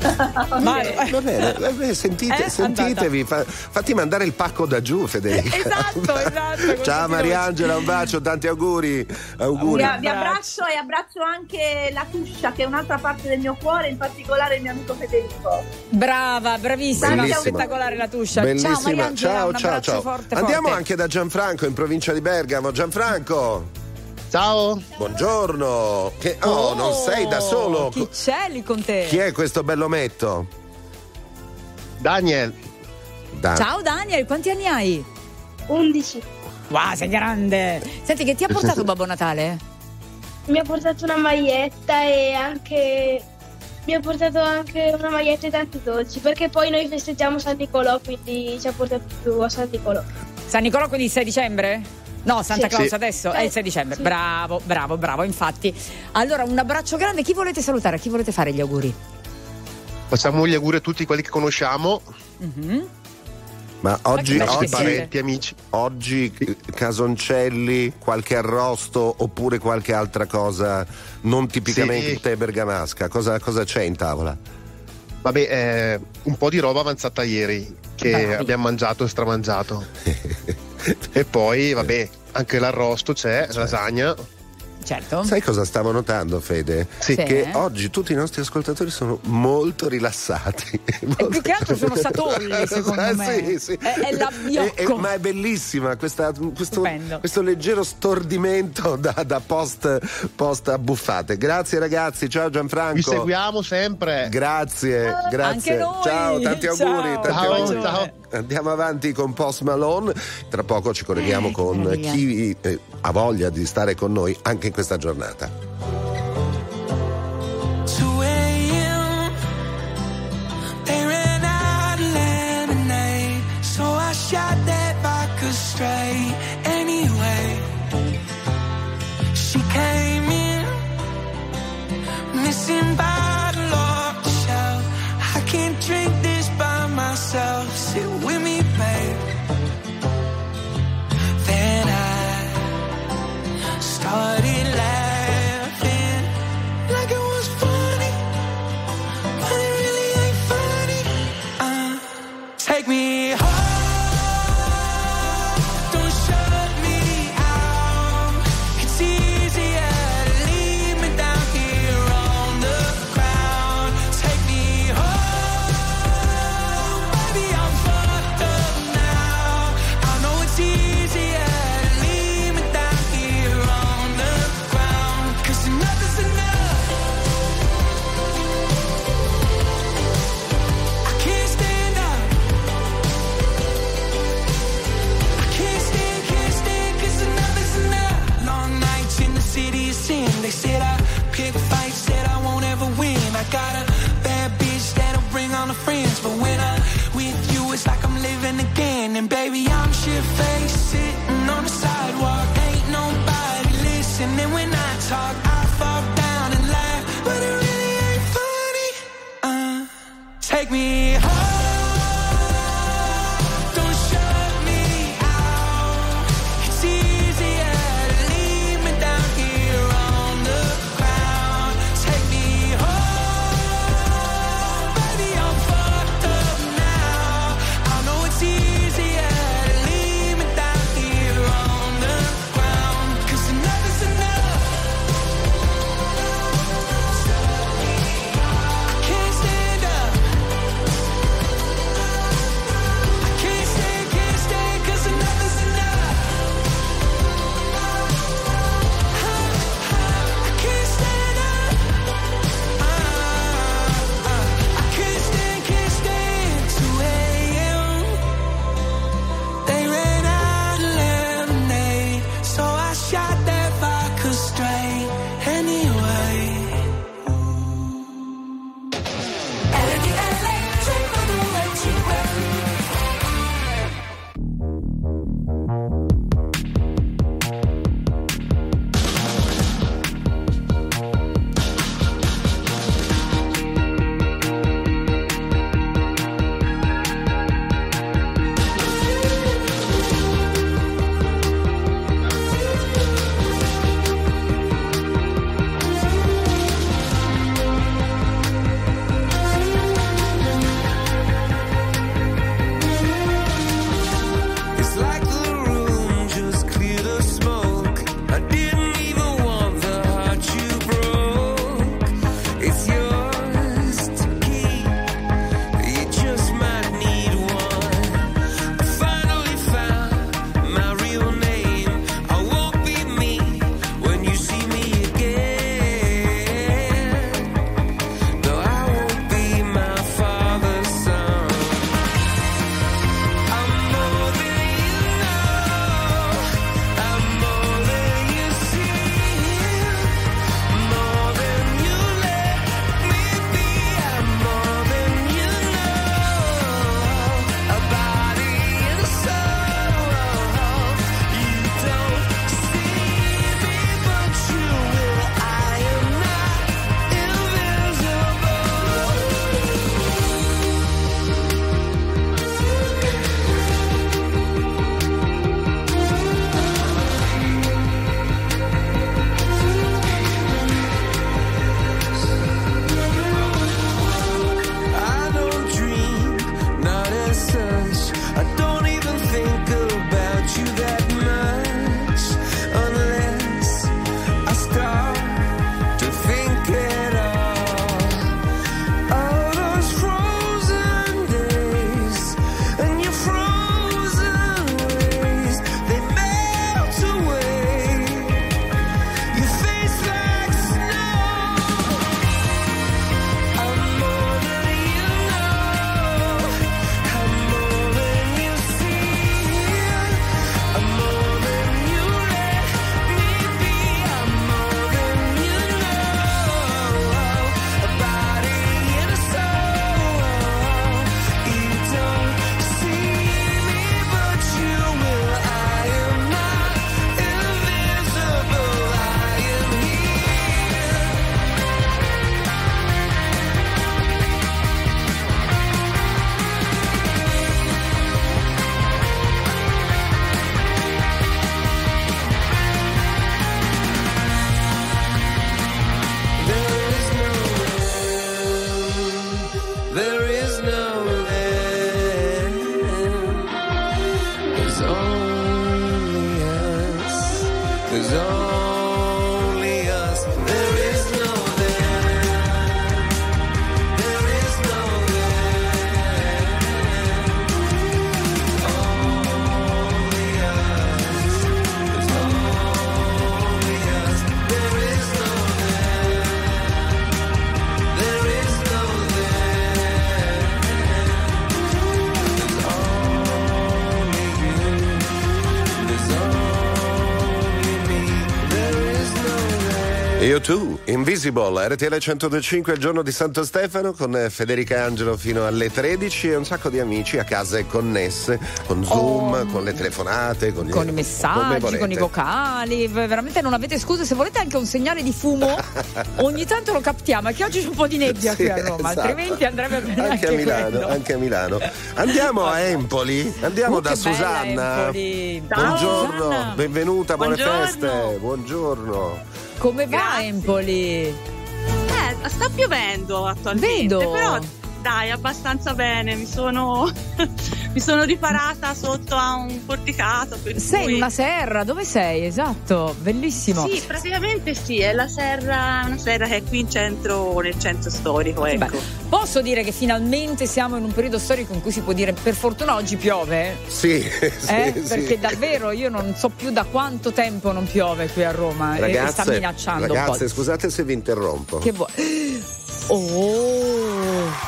[SPEAKER 1] Va bene, va bene, sentite,
[SPEAKER 2] Eh,
[SPEAKER 1] sentitevi, fa, fatti mandare il pacco da giù, Federica.
[SPEAKER 2] Esatto, esatto.
[SPEAKER 1] Ciao Mariangela, un bacio, tanti auguri. Auguri.
[SPEAKER 19] Vi, vi abbraccio e abbraccio anche la Tuscia, che è un'altra parte del mio cuore, in particolare il mio amico Federico.
[SPEAKER 2] Brava, bravissima,
[SPEAKER 1] Bellissima.
[SPEAKER 2] spettacolare la Tuscia.
[SPEAKER 1] Bellissima.
[SPEAKER 2] Ciao Mariangela,
[SPEAKER 1] ciao,
[SPEAKER 2] un
[SPEAKER 1] ciao,
[SPEAKER 2] abbraccio
[SPEAKER 1] ciao.
[SPEAKER 2] forte,
[SPEAKER 1] Andiamo
[SPEAKER 2] forte.
[SPEAKER 1] anche da Gianfranco in provincia di Bergamo. Gianfranco.
[SPEAKER 20] Ciao.
[SPEAKER 1] Buongiorno. Che, oh,
[SPEAKER 2] Oh,
[SPEAKER 1] non sei da solo.
[SPEAKER 2] Chi c'è lì con te?
[SPEAKER 1] Chi è questo bell'ometto?
[SPEAKER 20] Daniel.
[SPEAKER 1] Da-
[SPEAKER 2] Ciao Daniel, quanti anni hai?
[SPEAKER 10] undici.
[SPEAKER 2] Wow, sei grande. Senti, che ti ha portato Babbo Natale?
[SPEAKER 10] Mi ha portato una maglietta e anche mi ha portato anche una maglietta e tanti dolci, perché poi noi festeggiamo San Nicolò, quindi ci ha portato più a San Nicolò.
[SPEAKER 2] San Nicolò, quindi il sei dicembre? No, Santa
[SPEAKER 10] Sì.
[SPEAKER 2] Claus
[SPEAKER 10] Sì.
[SPEAKER 2] adesso è il sei dicembre.
[SPEAKER 10] Sì.
[SPEAKER 2] Bravo, bravo, bravo, infatti. Allora, un abbraccio grande. Chi volete salutare? A chi volete fare gli auguri?
[SPEAKER 20] Facciamo gli auguri a tutti quelli che conosciamo,
[SPEAKER 2] Mhm.
[SPEAKER 1] Ma oggi,
[SPEAKER 2] Ma che
[SPEAKER 1] oggi,
[SPEAKER 2] siete?
[SPEAKER 20] parenti, amici.
[SPEAKER 1] oggi casoncelli, qualche arrosto oppure qualche altra cosa non tipicamente
[SPEAKER 20] Sì.
[SPEAKER 1] bergamasca? Cosa, cosa c'è in tavola?
[SPEAKER 20] Vabbè, eh, un po' di roba avanzata ieri che
[SPEAKER 2] Bravi.
[SPEAKER 20] abbiamo mangiato e stramangiato. E poi, vabbè, anche l'arrosto c'è, lasagna.
[SPEAKER 2] Certo.
[SPEAKER 1] Sai cosa stavo notando, Fede?
[SPEAKER 2] Sì.
[SPEAKER 1] Che
[SPEAKER 2] Sì.
[SPEAKER 1] oggi tutti i nostri ascoltatori sono molto rilassati.
[SPEAKER 2] E più che altro sono satolli, secondo
[SPEAKER 1] Eh,
[SPEAKER 2] me.
[SPEAKER 1] sì, sì.
[SPEAKER 2] È, è l'abbiocco.
[SPEAKER 1] E- e- ma è bellissima questa, questo,
[SPEAKER 2] Stupendo.
[SPEAKER 1] questo leggero stordimento da, da post, post abbuffate. Grazie ragazzi, ciao Gianfranco.
[SPEAKER 20] Vi seguiamo sempre.
[SPEAKER 1] Grazie, grazie.
[SPEAKER 2] Anche noi.
[SPEAKER 1] Ciao, tanti auguri.
[SPEAKER 2] Ciao.
[SPEAKER 1] Tanti
[SPEAKER 20] Ciao,
[SPEAKER 1] auguri.
[SPEAKER 20] ciao.
[SPEAKER 1] Andiamo avanti con Post Malone. Tra poco ci colleghiamo
[SPEAKER 2] Eh,
[SPEAKER 1] con
[SPEAKER 2] meraviglia.
[SPEAKER 1] chi eh, ha voglia di stare con noi anche in questa giornata.
[SPEAKER 5] two a.m. They ran out of lemonade, so I shot that vodka straight. Anyway, she came in, missing bottle off the shelf. I can't drink this by myself. Sit with me, babe. Then I started laughing like it was funny, but it really ain't funny. Uh, take me home, don't shut me out. It's easier to leave me down here on the ground. Take me home, baby, I'm fucked up now. I know it's easier to leave me down here on the ground, 'cause enough is enough. I can't stand up. I can't stand, can't stand, 'cause enough is enough. Long nights in the city of sin. They said I pick fights that I won't ever win. I got a bad bitch that'll bring on the friends, but when I'm with you, it's like I'm living again. And baby, I'm shit-faced, sitting on the sidewalk. Ain't nobody listening when I talk. I fall down and laugh, but it really ain't funny. Uh, take me home, don't shut me out. It's easier to leave me down here on the ground. Take me home, baby, I'm fucked up
[SPEAKER 1] Io tu, Invisible, R T L centodue e cinque, il giorno di Santo Stefano, con Federica e Angelo fino alle tredici e un sacco di amici a casa connesse, con Zoom, oh, con le telefonate, con,
[SPEAKER 2] con
[SPEAKER 1] gli,
[SPEAKER 2] i messaggi, con i vocali. Veramente non avete scuse, se volete anche un segnale di fumo, ogni tanto lo captiamo, è che oggi c'è un po' di nebbia
[SPEAKER 1] sì,
[SPEAKER 2] qui a Roma,
[SPEAKER 1] esatto.
[SPEAKER 2] Altrimenti andrebbe bene
[SPEAKER 1] anche,
[SPEAKER 2] anche
[SPEAKER 1] a Milano,
[SPEAKER 2] quello.
[SPEAKER 1] anche a Milano. Andiamo a Empoli, andiamo
[SPEAKER 2] uh,
[SPEAKER 1] da Susanna.
[SPEAKER 2] Empoli.
[SPEAKER 1] Buongiorno,
[SPEAKER 2] Susanna.
[SPEAKER 1] benvenuta, buone
[SPEAKER 21] Buongiorno.
[SPEAKER 1] feste, buongiorno.
[SPEAKER 2] Come va
[SPEAKER 21] Grazie.
[SPEAKER 2] Empoli?
[SPEAKER 21] Eh, sta piovendo attualmente,
[SPEAKER 2] Vedo.
[SPEAKER 21] però dai, abbastanza bene, mi sono mi sono riparata sotto a un porticato. Per
[SPEAKER 2] Sei
[SPEAKER 21] cui...
[SPEAKER 2] in una serra, dove sei? Esatto, bellissimo.
[SPEAKER 21] Sì, praticamente sì, è la serra, una serra che è qui in centro, nel centro storico, ecco.
[SPEAKER 2] Beh, posso dire che finalmente siamo in un periodo storico in cui si può dire per fortuna oggi piove?
[SPEAKER 1] Sì, sì,
[SPEAKER 2] eh?
[SPEAKER 1] sì.
[SPEAKER 2] Perché davvero io non so più da quanto tempo non piove qui a Roma.
[SPEAKER 1] Ragazze,
[SPEAKER 2] e sta minacciando
[SPEAKER 1] ragazze,
[SPEAKER 2] un po'.
[SPEAKER 1] scusate se vi interrompo.
[SPEAKER 2] Che vuoi? Oh!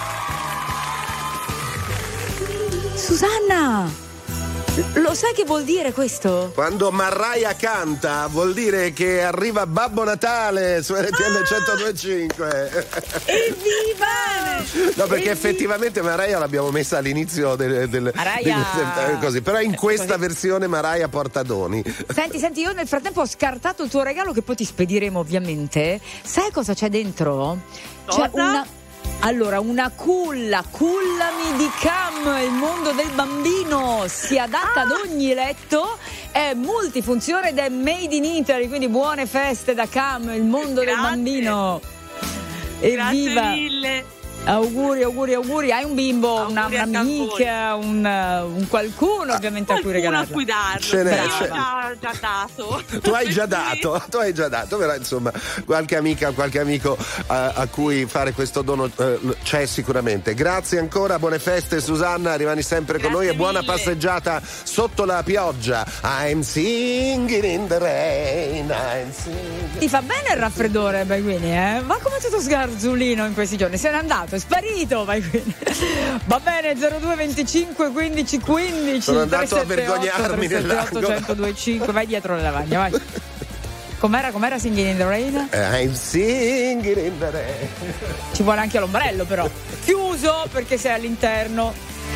[SPEAKER 2] Susanna! Lo sai che vuol dire questo?
[SPEAKER 1] Quando Mariah canta vuol dire che arriva Babbo Natale su R T L centodue e cinque.
[SPEAKER 2] Evviva!
[SPEAKER 1] No, perché
[SPEAKER 2] Evviva!
[SPEAKER 1] effettivamente Mariah l'abbiamo messa all'inizio del, del,
[SPEAKER 2] Mariah...
[SPEAKER 1] del così, però in questa
[SPEAKER 2] così.
[SPEAKER 1] versione Mariah porta doni.
[SPEAKER 2] Senti, senti, io nel frattempo ho scartato il tuo regalo che poi ti spediremo ovviamente. Sai cosa c'è dentro? C'è
[SPEAKER 21] Cosa?
[SPEAKER 2] una Allora, una culla, cullami di Cam, il mondo del bambino, si adatta ah. ad ogni letto, è multifunzione ed è made in Italy, quindi buone feste da Cam, il mondo
[SPEAKER 21] Grazie.
[SPEAKER 2] del bambino.
[SPEAKER 21] Grazie
[SPEAKER 2] Evviva!
[SPEAKER 21] mille.
[SPEAKER 2] Auguri, auguri, auguri. Hai un bimbo,
[SPEAKER 21] Auguri
[SPEAKER 2] una, un'amica, un, un qualcuno ovviamente a cui regalarlo.
[SPEAKER 21] A cui darlo.
[SPEAKER 1] Ce n'è,
[SPEAKER 21] Io
[SPEAKER 1] ce
[SPEAKER 21] ho già, già dato.
[SPEAKER 1] Tu hai già dato, tu hai già dato, però insomma qualche amica, qualche amico a, a cui fare questo dono eh, c'è sicuramente. Grazie ancora, buone feste Susanna, rimani sempre con
[SPEAKER 21] Grazie
[SPEAKER 1] noi e buona
[SPEAKER 21] mille.
[SPEAKER 1] passeggiata sotto la pioggia. I'm singing in the rain, I'm singing.
[SPEAKER 2] Ti fa bene il raffreddore, Baiguini, eh? Ma come tutto sgarzulino in questi giorni? Se n'è andato, è sparito, Baiguini. Va bene, zero due venticinque quindici quindici.
[SPEAKER 1] Sono andato a vergognarmi
[SPEAKER 2] nell'angolo. centodue e cinque, vai dietro le lavagna, vai. Com'era, com'era Singing in the Rain?
[SPEAKER 1] I'm singing in the rain.
[SPEAKER 2] Ci vuole anche l'ombrello però. Chiuso perché sei all'interno.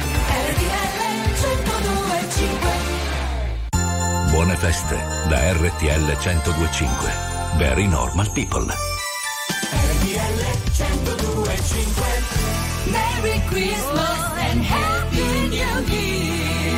[SPEAKER 4] Buone feste da R T L centodue e cinque. Very normal people.
[SPEAKER 3] R T L centodue e cinque. Merry Christmas and Happy New Year.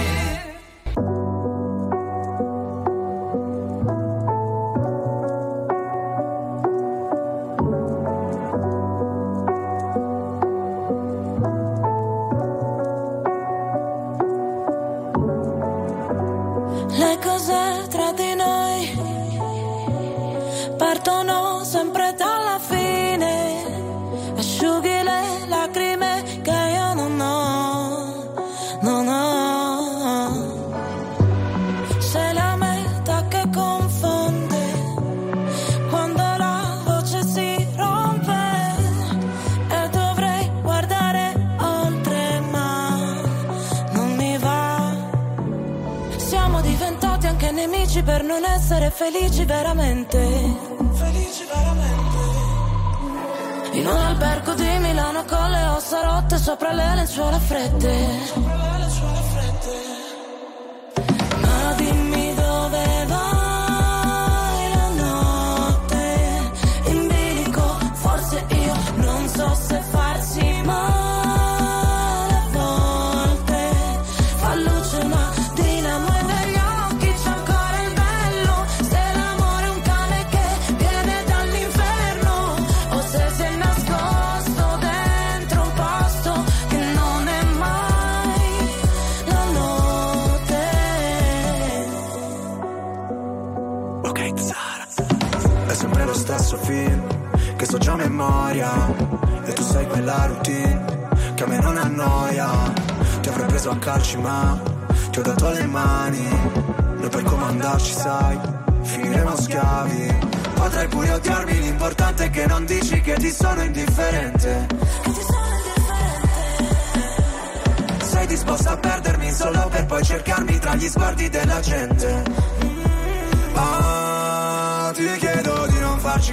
[SPEAKER 17] Le cose tra di noi partono sempre dalla fine, asciughi le lacrime che io non ho, non ho. Sei la meta che confonde quando la voce si rompe e dovrei guardare oltre ma non mi va. Siamo diventati anche nemici per non essere felici veramente. Felici veramente. In un albergo di Milano con le ossa rotte sopra le lenzuola fredde. Sopra le lenzuola fredde. Ma dimmi dove vai la notte in bilico. Forse io non so se farsi male a volte. Fa luce ma dinamo e negli occhi c'è ancora il bello. Se l'amore è un cane che viene dall'inferno o se si è nascosto dentro un posto che non è mai la notte.
[SPEAKER 5] Ok, Zara. È sempre lo stesso film che so già a memoria. E tu sai quella routine che a me non annoia. Ti avrei preso a calci ma ti ho dato le mani. Noi per comandarci sai finiremo schiavi. Potrai pure odiarmi, l'importante è che non dici che ti sono indifferente. Che ti sono indifferente. Sei disposta a perdermi solo per poi cercarmi tra gli sguardi della gente. Ah, ti chiedo di non farci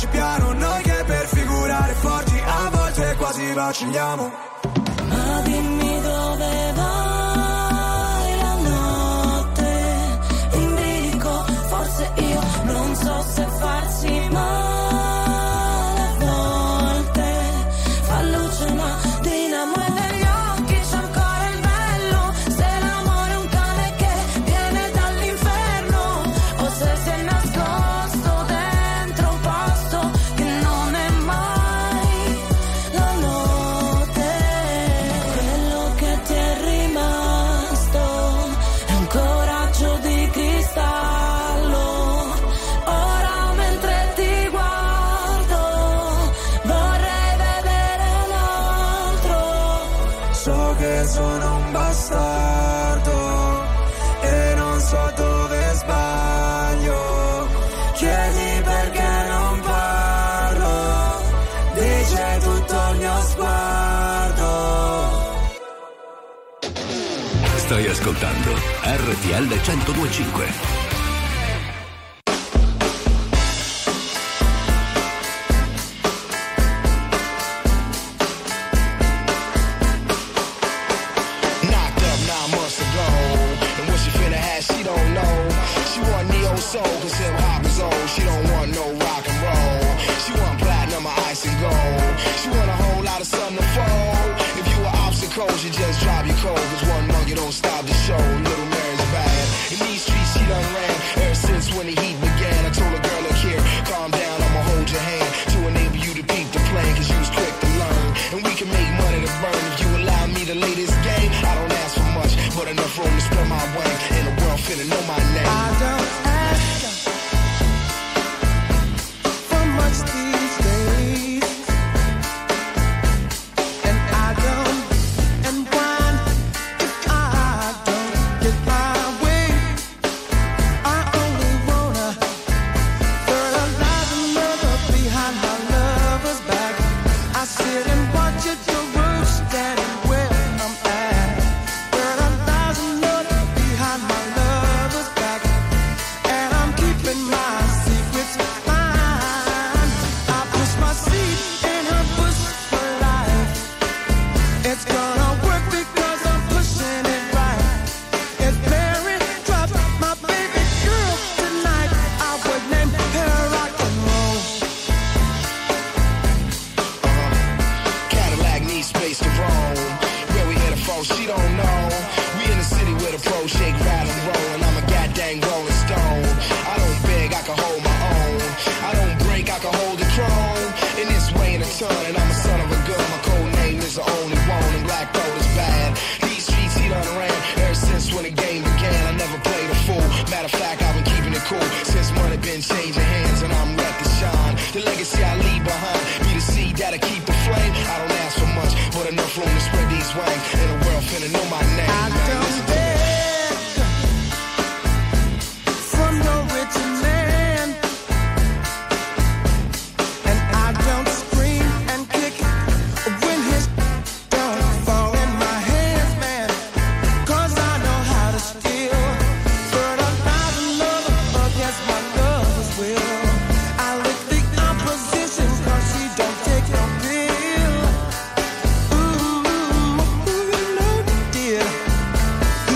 [SPEAKER 5] andiamoci piano, noi che per figurare forti a volte quasi vacilliamo.
[SPEAKER 3] Ma dimmi dove vai la notte, in bilico, forse io non so se farsi male a volte, fa luce una dinamo e negli occhi c'è ancora il bello, se l'amore è un cane che viene dall'inferno, o se si è nascosto dentro un posto che non è mai la notte. Quello che ti è rimasto è un coraggio di cristallo. Ora mentre ti guardo vorrei vedere un altro.
[SPEAKER 5] So che sono un bastardo e non so dove sbaglio. Chiedi perché non parlo, dice tutto il mio sguardo.
[SPEAKER 4] Stai ascoltando R T L centodue e cinque.
[SPEAKER 7] Knocked up nine months ago, and what she finna have, she don't know. She want neo soul, cause hip hop is old. She don't want no rock and roll. She want platinum or ice and gold. She want a whole lot of sun to fold. If you were obstacles, you just drive you cold. Cause one monkey don't stop the show. Little Mary's bad. In these streets, she done ran ever since when the heat began. I told a girl, look here, calm down, I'ma hold your hand to enable you to peep the plan. Cause you was quick to learn, and we can make money to burn. If you allow me to lay this game, I don't ask for much, but enough room to spread my wing. And the world finna know my name.
[SPEAKER 5] I don't ask for much these days, and I don't and whine if I don't get my way. I only wanna fertilize another behind my lover's back. I sit and watch it grow, standing where I'm at. Fertilize another behind my lover's back, and I'm keeping my secrets fine. I push my seed in her bush for life. It's gonna work because I'm pushing it right. If Mary dropped my baby girl tonight, I would name her rock and roll.
[SPEAKER 7] Cadillac needs space to roam. Where we headed for, she don't know. We in the city with a pro shake, ride and roll, and I'm a goddamn rolling stone. I don't beg, I can hold my own. I don't break, I can hold the throne. In this way in a ton, and I'm a son of a gun. My code name is the only one, and black gold is bad. These streets he done ran ever since when the game began. I never played a fool. Matter of fact, I've been keeping it cool since money been changing hands, and I'm ready to shine. The legacy I leave behind, be the seed that'll keep the flame. I don't ask for much, but enough room to spread these wings, and the world finna know my name.
[SPEAKER 5] I don't beg from no rich man, and I don't scream and kick when his don't fall in my hands, man. Cause I know how to steal, fertilize another against my lover's will. I lick the opposition cause she don't take no pill. Ooh, ooh, you know, dear.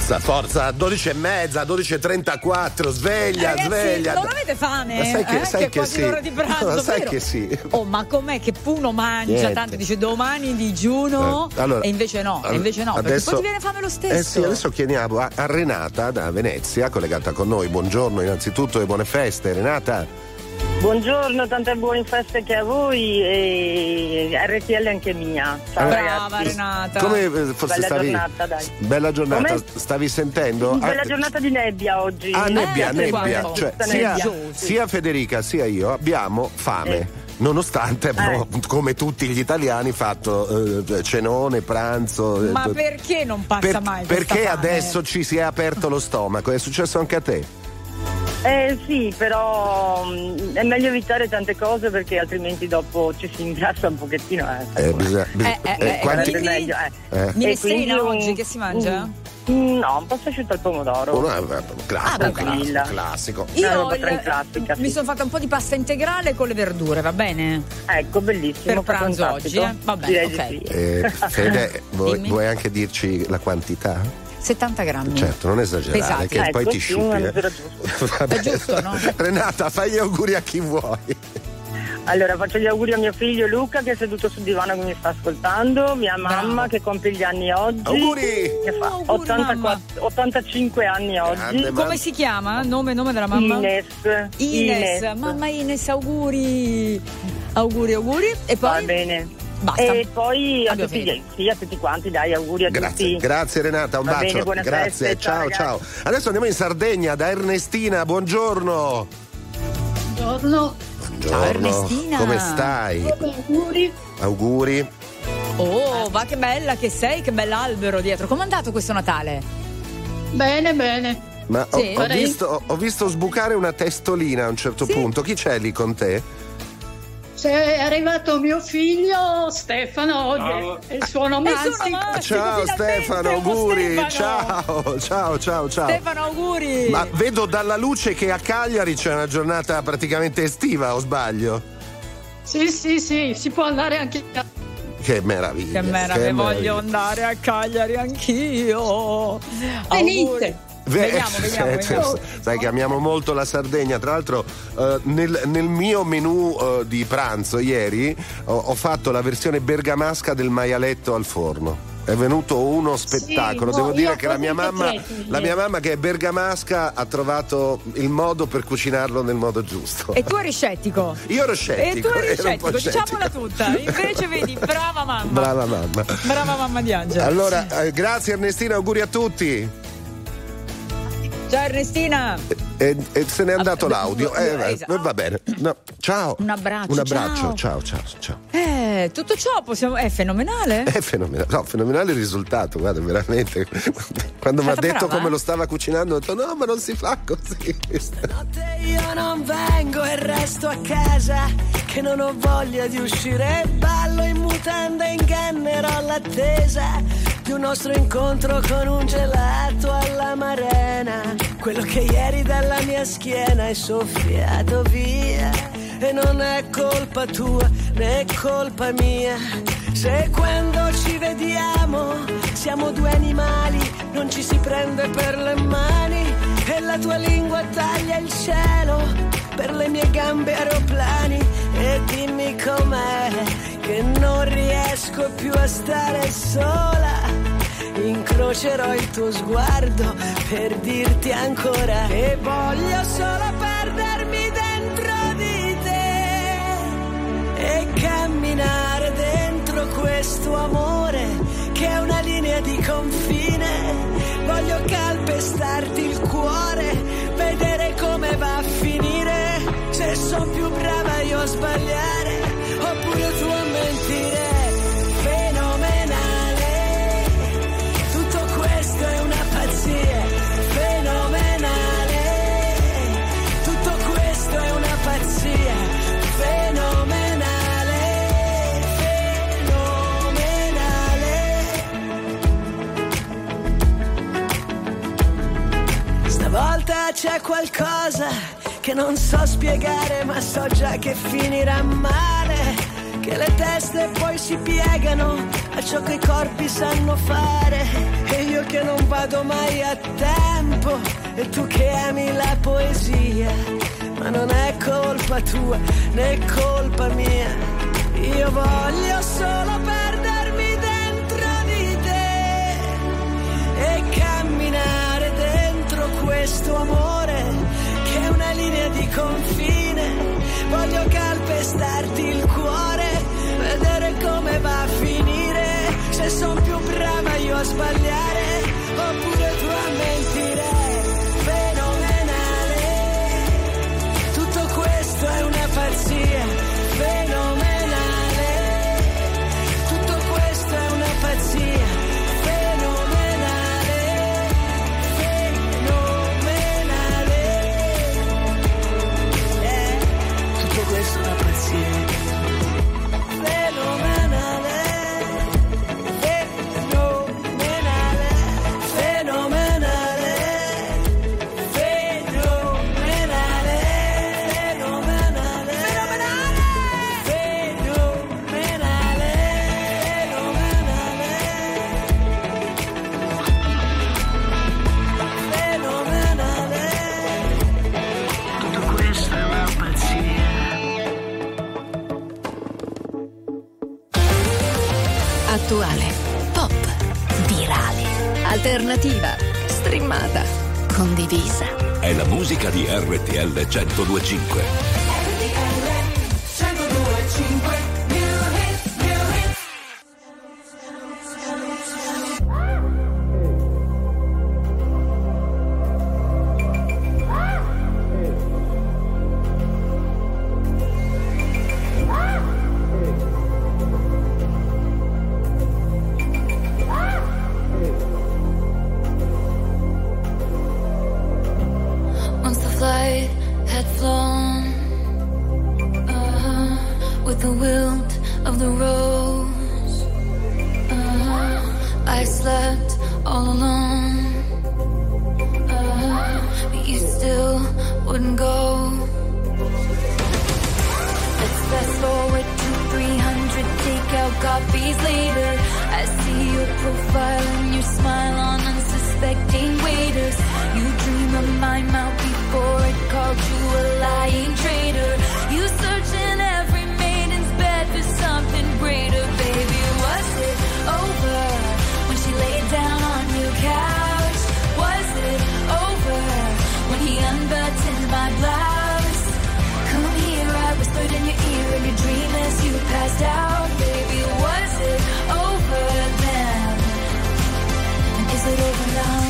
[SPEAKER 1] Forza, forza, dodici e mezza, dodici e trentaquattro, sveglia,
[SPEAKER 2] Ragazzi,
[SPEAKER 1] sveglia.
[SPEAKER 2] non avete fame?
[SPEAKER 1] Ma sai che,
[SPEAKER 2] eh?
[SPEAKER 1] sai
[SPEAKER 2] che è
[SPEAKER 1] che
[SPEAKER 2] quasi
[SPEAKER 1] sì.
[SPEAKER 2] l'ora di pranzo,
[SPEAKER 1] No, sai
[SPEAKER 2] vero?
[SPEAKER 1] che sì.
[SPEAKER 2] Oh, ma com'è che uno mangia
[SPEAKER 1] Niente.
[SPEAKER 2] tanto, dice domani digiuno
[SPEAKER 1] Eh, allora,
[SPEAKER 2] e invece no, e invece no, perché
[SPEAKER 1] adesso-
[SPEAKER 2] poi ti viene fame lo stesso.
[SPEAKER 1] Eh sì, adesso chiediamo a, a Renata da Venezia, collegata con noi. Buongiorno innanzitutto e buone feste, Renata.
[SPEAKER 9] Buongiorno, tante buone feste che a voi e R T L anche mia. Ciao
[SPEAKER 2] Brava
[SPEAKER 9] ragazzi.
[SPEAKER 2] Renata.
[SPEAKER 1] Come eh, forse
[SPEAKER 9] Bella
[SPEAKER 1] stavi
[SPEAKER 9] giornata, dai.
[SPEAKER 1] Bella giornata,
[SPEAKER 9] Come?
[SPEAKER 1] stavi sentendo?
[SPEAKER 9] Bella
[SPEAKER 1] Ah,
[SPEAKER 9] giornata di nebbia oggi.
[SPEAKER 1] Ah, nebbia,
[SPEAKER 9] Eh,
[SPEAKER 1] nebbia.
[SPEAKER 9] quanto?
[SPEAKER 1] Cioè,
[SPEAKER 9] Questa
[SPEAKER 1] sia,
[SPEAKER 9] nebbia.
[SPEAKER 1] sia Federica sia io abbiamo fame.
[SPEAKER 9] Eh.
[SPEAKER 1] Nonostante abbiamo, come tutti gli italiani, fatto eh, cenone, pranzo. eh,
[SPEAKER 2] Ma
[SPEAKER 1] t-
[SPEAKER 2] perché non passa
[SPEAKER 1] per-
[SPEAKER 2] mai questa
[SPEAKER 1] perché
[SPEAKER 2] fame?
[SPEAKER 1] adesso ci si è aperto lo stomaco? È successo anche a te?
[SPEAKER 9] Eh sì, però mh, è meglio evitare tante cose perché altrimenti dopo ci si ingrassa un pochettino. Eh,
[SPEAKER 1] Eh, bisogna- bis-
[SPEAKER 2] Eh, eh,
[SPEAKER 1] eh,
[SPEAKER 2] eh,
[SPEAKER 1] quanti-
[SPEAKER 9] Sarebbe meglio, eh.
[SPEAKER 1] Eh.
[SPEAKER 2] Minestrina
[SPEAKER 9] E quindi un-
[SPEAKER 2] oggi che si mangia?
[SPEAKER 9] un- no, un po' asciutto al pomodoro.
[SPEAKER 1] Oh, no, eh, classico,
[SPEAKER 2] Ah, beh,
[SPEAKER 1] classico, classico.
[SPEAKER 9] Una
[SPEAKER 2] Io
[SPEAKER 9] roba
[SPEAKER 2] il-
[SPEAKER 9] tra- classica, sì.
[SPEAKER 2] mi sono fatta un po' di pasta integrale con le verdure, va bene?
[SPEAKER 9] Ecco, bellissimo.
[SPEAKER 2] Per pranzo
[SPEAKER 9] fantastico.
[SPEAKER 2] oggi, eh? Va bene,
[SPEAKER 9] Direi
[SPEAKER 2] ok.
[SPEAKER 9] di sì.
[SPEAKER 1] Eh, Fede, vuoi,
[SPEAKER 2] Dimmi.
[SPEAKER 1] vuoi anche dirci la quantità?
[SPEAKER 2] settanta grammi.
[SPEAKER 1] Certo, non esagerare,
[SPEAKER 2] Pesati.
[SPEAKER 1] che
[SPEAKER 9] Ecco,
[SPEAKER 1] poi ti
[SPEAKER 9] sì,
[SPEAKER 1] sciupi.
[SPEAKER 9] una
[SPEAKER 1] eh.
[SPEAKER 9] misura giusta.
[SPEAKER 1] Vabbè.
[SPEAKER 2] È giusto, no?
[SPEAKER 1] Renata, fai gli auguri a chi vuoi.
[SPEAKER 9] Allora, faccio gli auguri a mio figlio Luca che è seduto sul divano che mi sta ascoltando, mia mamma che compie gli anni oggi.
[SPEAKER 1] Auguri!
[SPEAKER 9] Che fa
[SPEAKER 2] Auguri,
[SPEAKER 9] ottantaquattro ottantacinque anni oggi.
[SPEAKER 1] Grande,
[SPEAKER 2] Come si chiama? Nome, nome della mamma?
[SPEAKER 9] Ines.
[SPEAKER 2] Ines. Mamma Ines, auguri. Auguri, auguri. E
[SPEAKER 9] Va
[SPEAKER 2] poi?
[SPEAKER 9] bene.
[SPEAKER 2] Basta.
[SPEAKER 9] E poi a
[SPEAKER 2] Abbiamo
[SPEAKER 9] tutti,
[SPEAKER 2] finito.
[SPEAKER 9] sì, a tutti quanti, dai, auguri a
[SPEAKER 1] Grazie,
[SPEAKER 9] tutti.
[SPEAKER 1] grazie Renata, un
[SPEAKER 9] Va
[SPEAKER 1] bacio.
[SPEAKER 9] bene, buone
[SPEAKER 1] Grazie,
[SPEAKER 9] feste,
[SPEAKER 1] ciao,
[SPEAKER 9] ciao,
[SPEAKER 1] ciao. Adesso andiamo in Sardegna da Ernestina, buongiorno.
[SPEAKER 8] Buongiorno.
[SPEAKER 1] Buongiorno.
[SPEAKER 2] Ciao, Ernestina.
[SPEAKER 1] Come stai?
[SPEAKER 8] Auguri.
[SPEAKER 1] Auguri.
[SPEAKER 2] Oh, va che bella che sei, che bell'albero dietro. Com'è andato questo Natale?
[SPEAKER 8] Bene, bene.
[SPEAKER 1] Ma ho,
[SPEAKER 2] Sì.
[SPEAKER 1] ho visto, ho visto sbucare una testolina a un certo
[SPEAKER 2] Sì.
[SPEAKER 1] punto. Chi c'è lì con te?
[SPEAKER 8] C'è arrivato mio figlio Stefano oggi e il suo nome
[SPEAKER 2] E il suo
[SPEAKER 8] Anzi.
[SPEAKER 2] nome-
[SPEAKER 1] Ciao
[SPEAKER 2] finalmente,
[SPEAKER 1] Stefano,
[SPEAKER 2] uno
[SPEAKER 1] auguri.
[SPEAKER 2] Stefano.
[SPEAKER 1] Ciao, ciao, ciao, ciao.
[SPEAKER 2] Stefano, auguri.
[SPEAKER 1] Ma vedo dalla luce che a Cagliari c'è una giornata praticamente estiva, o sbaglio?
[SPEAKER 8] Sì, sì, sì, si può andare anche a...
[SPEAKER 1] Che meraviglia.
[SPEAKER 2] Che meraviglia, voglio andare a Cagliari anch'io.
[SPEAKER 8] Venite.
[SPEAKER 1] Beh,
[SPEAKER 2] Vediamo, vediamo,
[SPEAKER 1] eh,
[SPEAKER 2] vediamo.
[SPEAKER 1] Sai che amiamo molto la Sardegna. Tra l'altro, eh, nel, nel mio menù eh, di pranzo ieri ho, ho fatto la versione bergamasca del maialetto al forno. È venuto uno spettacolo.
[SPEAKER 8] Sì,
[SPEAKER 1] Devo
[SPEAKER 8] no,
[SPEAKER 1] dire
[SPEAKER 8] io
[SPEAKER 1] che la mia,
[SPEAKER 8] ho
[SPEAKER 1] mamma,
[SPEAKER 8] potuto
[SPEAKER 1] la mia mamma, che è bergamasca, ha trovato il modo per cucinarlo nel modo giusto.
[SPEAKER 2] E tu eri scettico.
[SPEAKER 1] Io ero
[SPEAKER 2] E
[SPEAKER 1] scettico.
[SPEAKER 2] tu eri
[SPEAKER 1] ero un po'
[SPEAKER 2] scettico, diciamola tutta. Invece vedi, brava mamma.
[SPEAKER 1] Brava mamma.
[SPEAKER 2] Brava mamma di Angela.
[SPEAKER 1] Allora, eh, grazie Ernestina, auguri a tutti.
[SPEAKER 2] Ciao Ernestina.
[SPEAKER 1] E, e se n'è andato
[SPEAKER 2] Ah,
[SPEAKER 1] l'audio. Eh, va-
[SPEAKER 2] esatto.
[SPEAKER 1] va bene. No, ciao.
[SPEAKER 2] Un abbraccio,
[SPEAKER 1] Un abbraccio.
[SPEAKER 2] ciao.
[SPEAKER 1] Ciao, ciao, ciao.
[SPEAKER 2] Eh, tutto ciò possiamo... è fenomenale.
[SPEAKER 1] È fenomenale, no, fenomenale il risultato, guarda, veramente. Quando mi ha
[SPEAKER 2] Stata
[SPEAKER 1] detto
[SPEAKER 2] brava,
[SPEAKER 1] come
[SPEAKER 2] eh?
[SPEAKER 1] lo stava cucinando, ho detto no, ma non si fa così.
[SPEAKER 5] Io non vengo e resto a casa, che non ho voglia di uscire, ballo in mutanda e ingannerò l'attesa di un nostro incontro con un gelato alla Marena. Quello che ieri dalla mia schiena è soffiato via, e non è colpa tua né colpa mia. Se quando ci vediamo siamo due animali, non ci si prende per le mani, e la tua lingua taglia il cielo per le mie gambe aeroplani. E dimmi com'è che non riesco più a stare sola, incrocerò il tuo sguardo per dirti ancora, e voglio solo perdermi dentro di te e camminare dentro questo amore che è una linea di confine. Voglio calpestarti il cuore, vedere come va a finire, se sono più brava io a sbagliare oppure tu a mentire. Fenomenale, tutto questo è una pazzia. Fenomenale, tutto questo è una pazzia. Fenomenale, fenomenale. Stavolta c'è qualcosa che non so spiegare, ma so già che finirà male, che le teste poi si piegano a ciò che i corpi sanno fare, e io
[SPEAKER 12] io che non vado mai a tempo e tu che ami la poesia, ma non è colpa tua né colpa mia. Io voglio solo perdermi dentro di te e camminare dentro questo amore che è una linea di confine. Voglio calpestarti il cuore, vedere come va a finire, se son più brava io a sbagliare oppure tu a mentire. Fenomenale, tutto questo è una pazzia. Fenomenale, tutto questo è una pazzia. Fenomenale, fenomenale, eh, tutto questo è una pazzia. Fenomenale, fenomenale, fenomenale, fenomenale, fenomenale, fenomenale, fenomenale, tutto questo è una pazzia.
[SPEAKER 15] Attuale, pop, virale, alternativa, streamata, condivisa.
[SPEAKER 4] È la musica di R T L centodue e cinque.
[SPEAKER 17] Once the flight had flown, uh-huh, with the wilt of the rose, uh-huh, I slept all alone, uh-huh, but you still wouldn't go. Let's fast forward to three hundred takeout copies later. I see your profile and your smile on unsuspecting waiters. You dream of my mouth before it called you a lying traitor. You search in every maiden's bed for something greater. Baby, was it over when she laid down on your couch? Was it over when he unbuttoned my blouse? Come here, I whispered in your ear in your dream as you passed out. Baby, was it over then? And is it over now?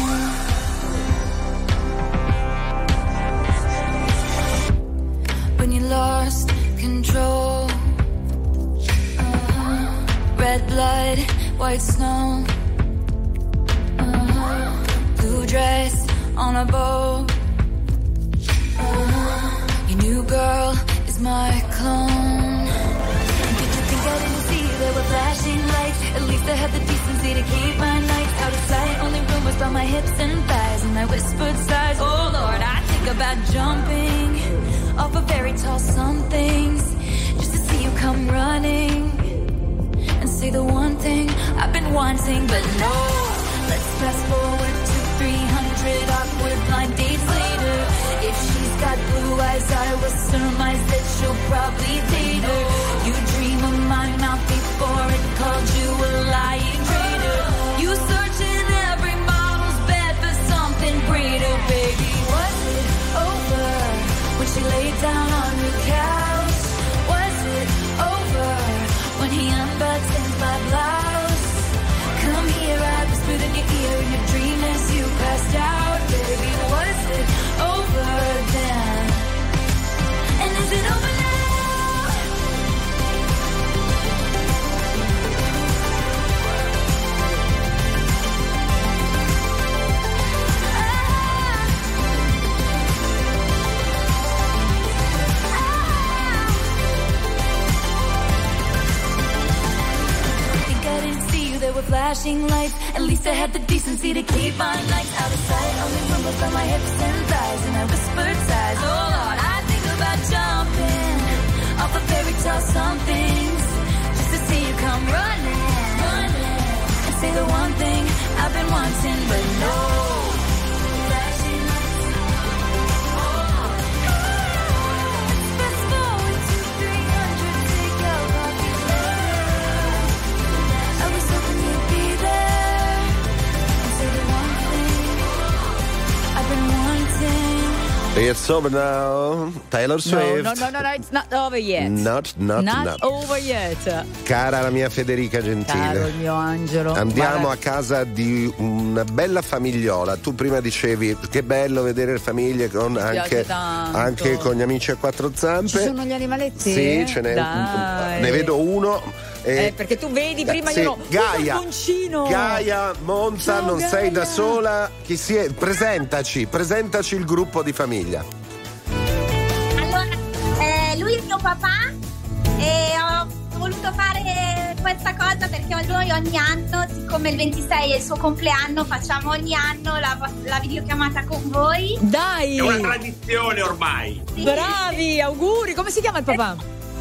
[SPEAKER 17] When you lost control, uh-huh. Red blood, white snow, uh-huh. Blue dress on a boat, uh-huh. Your new girl is my clone. Did you think I didn't see there were flashing lights? At least I had the decency to keep my nights out of sight. Only rumors about my hips and thighs and my whispered sighs. Oh Lord, I think about jumping off a very tall somethings just to see you come running and say the one thing I've been wanting. But no, let's fast forward to three hundred awkward blind dates later. If she's got blue eyes, I will surmise that she'll probably date her. You dream of my mouth before it called you a lying traitor. You search in every model's bed for something greater. Baby, was it over when she laid down on your couch? Was it over when he unbuttoned my blouse? Come here, I whispered in your ear in your dream as you passed out. Baby, was it over then? And is it over now? There were flashing lights. At least I had the decency to keep my nights out of sight. Only rumbles on my hips and thighs, and I whispered sighs. Oh Lord, I think about jumping off a fairy tale somethings just to see you come running, running and say the one thing I've been been wanting, but no. Fast forward to three hundred, take out all your love. I was hoping you'd be there and say the one thing I've been wanting.
[SPEAKER 1] It's over now. Taylor Swift.
[SPEAKER 2] No, no, no, no, it's not over yet.
[SPEAKER 1] Not, not,
[SPEAKER 2] not,
[SPEAKER 1] not.
[SPEAKER 2] over yet.
[SPEAKER 1] Cara la mia Federica Gentile.
[SPEAKER 2] Caro il mio angelo.
[SPEAKER 1] Andiamo
[SPEAKER 2] Guarda.
[SPEAKER 1] a casa di una bella famigliola. Tu prima dicevi che bello vedere le famiglie con anche, anche con gli amici a quattro zampe.
[SPEAKER 2] Ci sono gli animaletti?
[SPEAKER 1] Sì, ce n'è.
[SPEAKER 2] Dai.
[SPEAKER 1] Ne vedo uno. E
[SPEAKER 2] Eh, perché tu vedi prima
[SPEAKER 1] sì,
[SPEAKER 2] io no.
[SPEAKER 1] Gaia,
[SPEAKER 2] un barboncino.
[SPEAKER 1] Gaia, Monza,
[SPEAKER 2] Ciao,
[SPEAKER 1] non
[SPEAKER 2] Gaia.
[SPEAKER 1] sei da sola. Chi si è? Presentaci, presentaci il gruppo di famiglia.
[SPEAKER 14] Allora, eh, lui è mio papà e ho voluto fare questa cosa perché noi ogni anno, siccome il ventisei è il suo compleanno, facciamo ogni anno la, la videochiamata con voi.
[SPEAKER 2] Dai!
[SPEAKER 22] È una tradizione ormai.
[SPEAKER 14] Sì.
[SPEAKER 2] Bravi, auguri. Come si chiama il papà?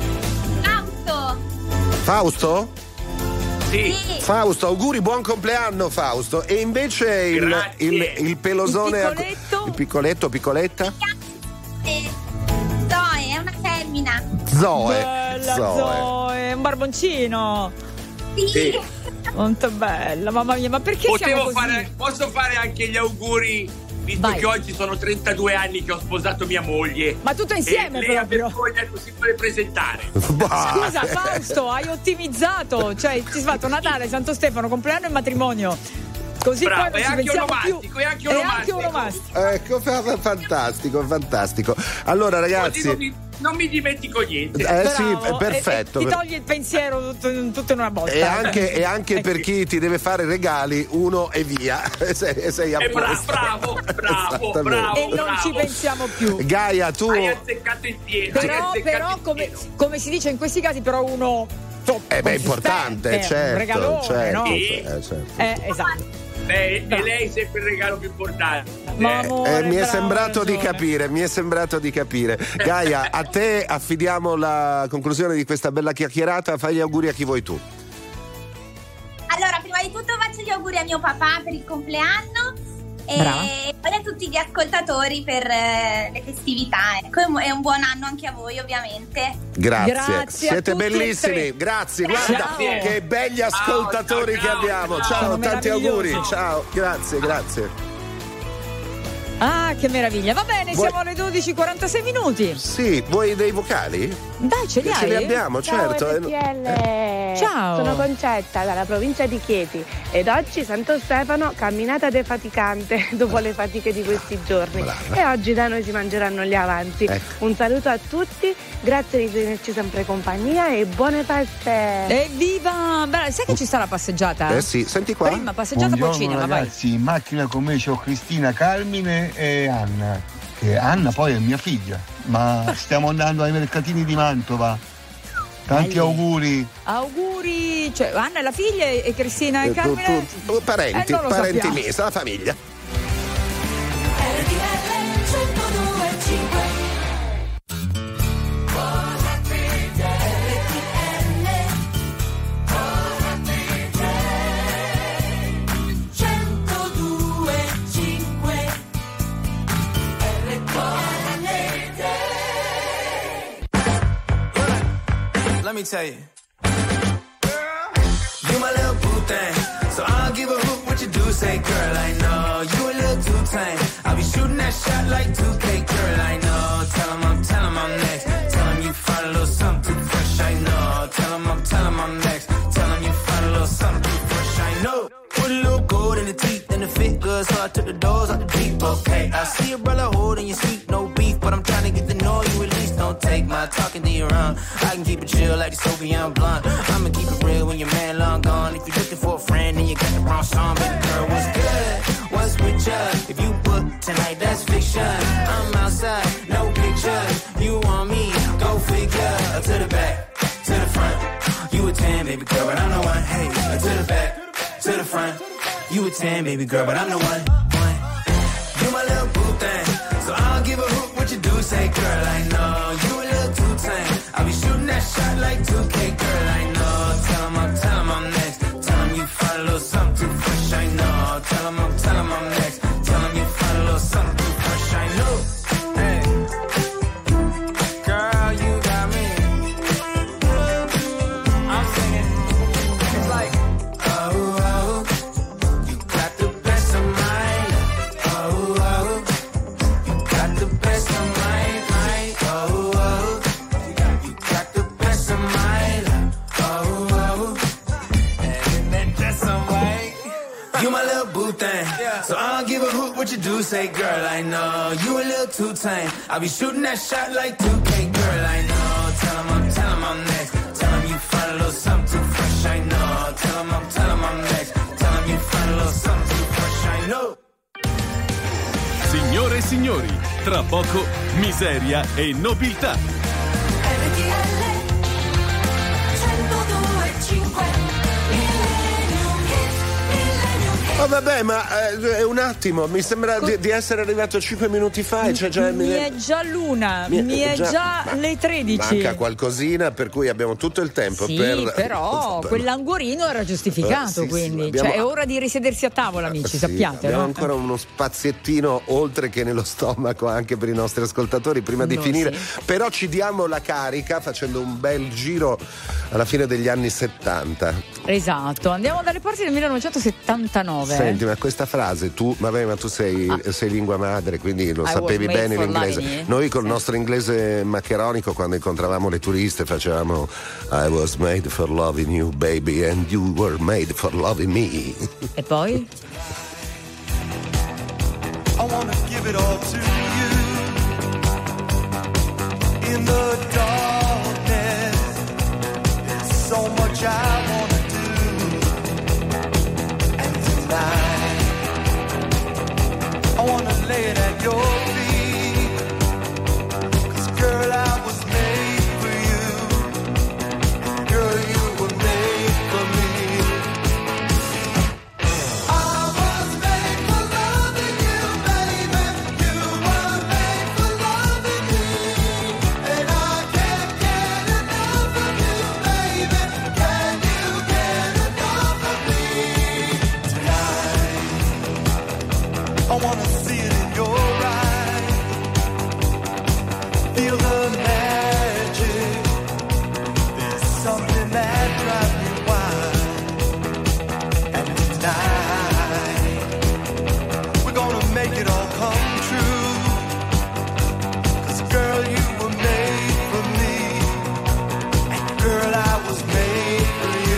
[SPEAKER 14] Fausto.
[SPEAKER 1] Fausto?
[SPEAKER 22] Sì.
[SPEAKER 1] Fausto, auguri, buon compleanno Fausto. E invece il, il, il pelosone.
[SPEAKER 14] Il piccoletto?
[SPEAKER 1] Il piccoletto, piccoletta?
[SPEAKER 14] Eh, Zoe, è una femmina.
[SPEAKER 1] Zoe.
[SPEAKER 2] Bella
[SPEAKER 1] Zoe.
[SPEAKER 2] Zoe, un barboncino.
[SPEAKER 14] Sì.
[SPEAKER 2] Quanto bella, mamma mia, ma perché siamo
[SPEAKER 22] Potevo
[SPEAKER 2] così?
[SPEAKER 22] fare, posso fare anche gli auguri, visto
[SPEAKER 2] Vai.
[SPEAKER 22] che oggi sono trentadue anni che ho sposato mia moglie.
[SPEAKER 2] Ma tutto insieme
[SPEAKER 22] e lei
[SPEAKER 2] proprio.
[SPEAKER 22] ha vergogna, non si vuole presentare.
[SPEAKER 2] Scusa Fausto, hai ottimizzato, cioè ti sei fatto Natale, Santo Stefano, compleanno e matrimonio. Così
[SPEAKER 22] Bravo,
[SPEAKER 2] poi
[SPEAKER 22] è
[SPEAKER 2] non ci
[SPEAKER 22] anche
[SPEAKER 2] pensiamo
[SPEAKER 22] onomastico,
[SPEAKER 2] più.
[SPEAKER 22] è anche
[SPEAKER 2] È
[SPEAKER 22] onomastico.
[SPEAKER 2] anche onomastico.
[SPEAKER 1] Ecco, fa- fa- fantastico, fantastico. Allora
[SPEAKER 22] Così
[SPEAKER 1] ragazzi.
[SPEAKER 22] non mi, non mi dimentico niente.
[SPEAKER 1] Eh sì,
[SPEAKER 2] Bravo,
[SPEAKER 1] è perfetto.
[SPEAKER 2] e- e ti togli il pensiero tutto, tutto in una botta.
[SPEAKER 1] E anche, e anche
[SPEAKER 2] Ecco.
[SPEAKER 1] per chi ti deve fare regali, uno e via. sei, sei a
[SPEAKER 22] Eh, bra-
[SPEAKER 1] posto.
[SPEAKER 22] bravo, bravo,
[SPEAKER 1] Esattamente.
[SPEAKER 22] bravo.
[SPEAKER 2] E non ci pensiamo più.
[SPEAKER 1] Gaia, tu.
[SPEAKER 22] Hai azzeccato in pieno. hai
[SPEAKER 2] Però,
[SPEAKER 22] azzeccato
[SPEAKER 2] però
[SPEAKER 22] in
[SPEAKER 2] come,
[SPEAKER 22] pieno.
[SPEAKER 2] come si dice in questi casi, però uno top,
[SPEAKER 1] Eh beh, importante,
[SPEAKER 2] consistente,
[SPEAKER 1] certo.
[SPEAKER 2] un regalone,
[SPEAKER 1] certo,
[SPEAKER 2] no?
[SPEAKER 22] Sì.
[SPEAKER 1] eh, certo.
[SPEAKER 2] Eh, esatto.
[SPEAKER 22] Beh, e lei è sempre il regalo più importante.
[SPEAKER 2] Ma
[SPEAKER 22] Eh.
[SPEAKER 2] amore,
[SPEAKER 1] Eh, mi è
[SPEAKER 2] bravo,
[SPEAKER 1] sembrato di
[SPEAKER 2] ragione.
[SPEAKER 1] capire, mi è sembrato di capire. Gaia, a te affidiamo la conclusione di questa bella chiacchierata. Fai gli auguri a chi vuoi tu.
[SPEAKER 14] Allora, prima di tutto faccio gli auguri a mio papà per il compleanno
[SPEAKER 2] Brava.
[SPEAKER 14] e poi a tutti gli ascoltatori per eh, le festività. Ecco, è un buon anno anche a voi, ovviamente.
[SPEAKER 1] Grazie,
[SPEAKER 2] Grazie a
[SPEAKER 1] siete
[SPEAKER 2] tutti e
[SPEAKER 1] bellissimi.
[SPEAKER 2] tre.
[SPEAKER 1] Grazie,
[SPEAKER 14] Grazie.
[SPEAKER 1] guarda
[SPEAKER 22] Ciao.
[SPEAKER 1] che belli ascoltatori
[SPEAKER 22] Ciao,
[SPEAKER 1] che
[SPEAKER 22] ciao,
[SPEAKER 1] abbiamo.
[SPEAKER 22] ciao.
[SPEAKER 1] Ciao,
[SPEAKER 2] Sono
[SPEAKER 1] tanti
[SPEAKER 2] meravigliosi.
[SPEAKER 1] auguri. Ciao, grazie, grazie.
[SPEAKER 2] Ah, che meraviglia. Va bene,
[SPEAKER 1] Vuoi-
[SPEAKER 2] siamo alle dodici e quarantasei minuti.
[SPEAKER 1] Sì, vuoi dei vocali?
[SPEAKER 2] Dai, ce li
[SPEAKER 1] Ce
[SPEAKER 2] hai?
[SPEAKER 1] li abbiamo, certo. eh.
[SPEAKER 23] Ciao R T L.
[SPEAKER 2] Ciao.
[SPEAKER 23] Sono Concetta dalla provincia di Chieti ed oggi Santo Stefano camminata defaticante dopo le fatiche di questi giorni.
[SPEAKER 1] Brava.
[SPEAKER 23] E oggi da noi si mangeranno gli avanzi.
[SPEAKER 1] Ecco.
[SPEAKER 23] Un saluto a tutti, grazie di tenerci sempre compagnia e buone feste.
[SPEAKER 2] Evviva! Beh, sai che ci sta la passeggiata?
[SPEAKER 1] Eh sì, senti qua.
[SPEAKER 2] Prima passeggiata poi
[SPEAKER 24] Buongiorno
[SPEAKER 2] cinema, vai.
[SPEAKER 24] ragazzi, in macchina con me c'ho Cristina, Carmine e Anna. Che Anna poi è mia figlia, ma stiamo andando ai mercatini di Mantova. Tanti
[SPEAKER 2] Dai.
[SPEAKER 24] auguri.
[SPEAKER 2] Auguri, cioè Anna è la figlia e Cristina e
[SPEAKER 1] Eh, tu-
[SPEAKER 2] Carmine.
[SPEAKER 1] tu- tu- parenti,
[SPEAKER 2] Eh, non lo
[SPEAKER 1] parenti
[SPEAKER 2] sappiamo.
[SPEAKER 1] miei, la famiglia.
[SPEAKER 17] R T L centodue e cinque. centodue e cinque.
[SPEAKER 5] Let me tell you. You my little boo thing, so I'll give a hoot what you do say, girl, I know. You a little too tame, I'll be shooting that shot like two K, girl, I know. Tell him I'm, tell him I'm next. Tell him you find a little something too fresh, I know. Tell him I'm, tell him I'm next. Tell him you find a little something too fresh, I know. Put a little gold in the teeth and the fit good, so I took the doors out the deep, okay. I see a brother holding your seat, no beef, but I'm trying to get to know you at least. Don't take my talking to your own. I can keep it chill like the Soviet blunt. I'ma keep it real when your man long gone. If you're looking for a friend and you got the wrong song, baby girl, what's good? What's with ya? If you book tonight, that's fiction. I'm outside, no pictures. You want me? Go figure. To the back, to the front. You a ten, baby girl, but I'm the one. Hey, to the back, to the front. You a ten, baby girl, but I'm the one. one. You my little boo thing, so I'll give a hoot what you do say, girl, I know. You a little too tame, I'll be shooting that shot like two K, girl, I know. Tell him I'm, tell him I'm next. Tell him you find a little something too fresh, I know. Tell what you do, say, girl, I know you a little too tame. I'll be shooting that shot like two K, girl, I know. Tell him I'm, tell him I'm next. Tell him you find a little something too fresh, I know. Tell him I'm, tell him I'm next. Tell him you find a little something too fresh, I know.
[SPEAKER 6] Signore e signori, tra poco miseria e nobiltà.
[SPEAKER 1] Oh vabbè, ma eh, un attimo, mi sembra di, di essere arrivato cinque minuti fa. Cioè già,
[SPEAKER 2] mi, mi è già l'una, mi, mi è già, già ma, le tredici.
[SPEAKER 1] Manca qualcosina, per cui abbiamo tutto il tempo
[SPEAKER 2] sì,
[SPEAKER 1] per.
[SPEAKER 2] Però quell'anguorino era giustificato, uh, sì, quindi. Sì, abbiamo... Cioè, è ora di risedersi a tavola, amici, sì, sappiate.
[SPEAKER 1] Abbiamo
[SPEAKER 2] no?
[SPEAKER 1] ancora uno spaziettino oltre che nello stomaco anche per i nostri ascoltatori prima di no, finire. Sì. Però ci diamo la carica facendo un bel giro alla fine degli anni settanta.
[SPEAKER 2] Esatto, andiamo dalle parti del millenovecentosettantanove.
[SPEAKER 1] Senti, ma questa frase tu, vabbè, ma tu sei, ah. sei lingua madre, quindi lo I sapevi bene l'inglese. Noi col sì. nostro inglese maccheronico, quando incontravamo le turiste, facevamo I was made for loving you, baby, and you were made for loving me.
[SPEAKER 2] E poi?
[SPEAKER 5] I wanna give it all to you in the darkness. There's so much I wanna I wanna lay it at your feet, 'cause girl, I was made for you, girl, you were made for me. I was made for loving you, baby, you were made for loving me, and I can't get enough of you, baby, can you get enough of me tonight? I wanna see it in your eyes, feel the magic, there's something that drives me wild, and tonight we're gonna make it all come true, 'cause girl, you were made for me, and girl, I was made for you.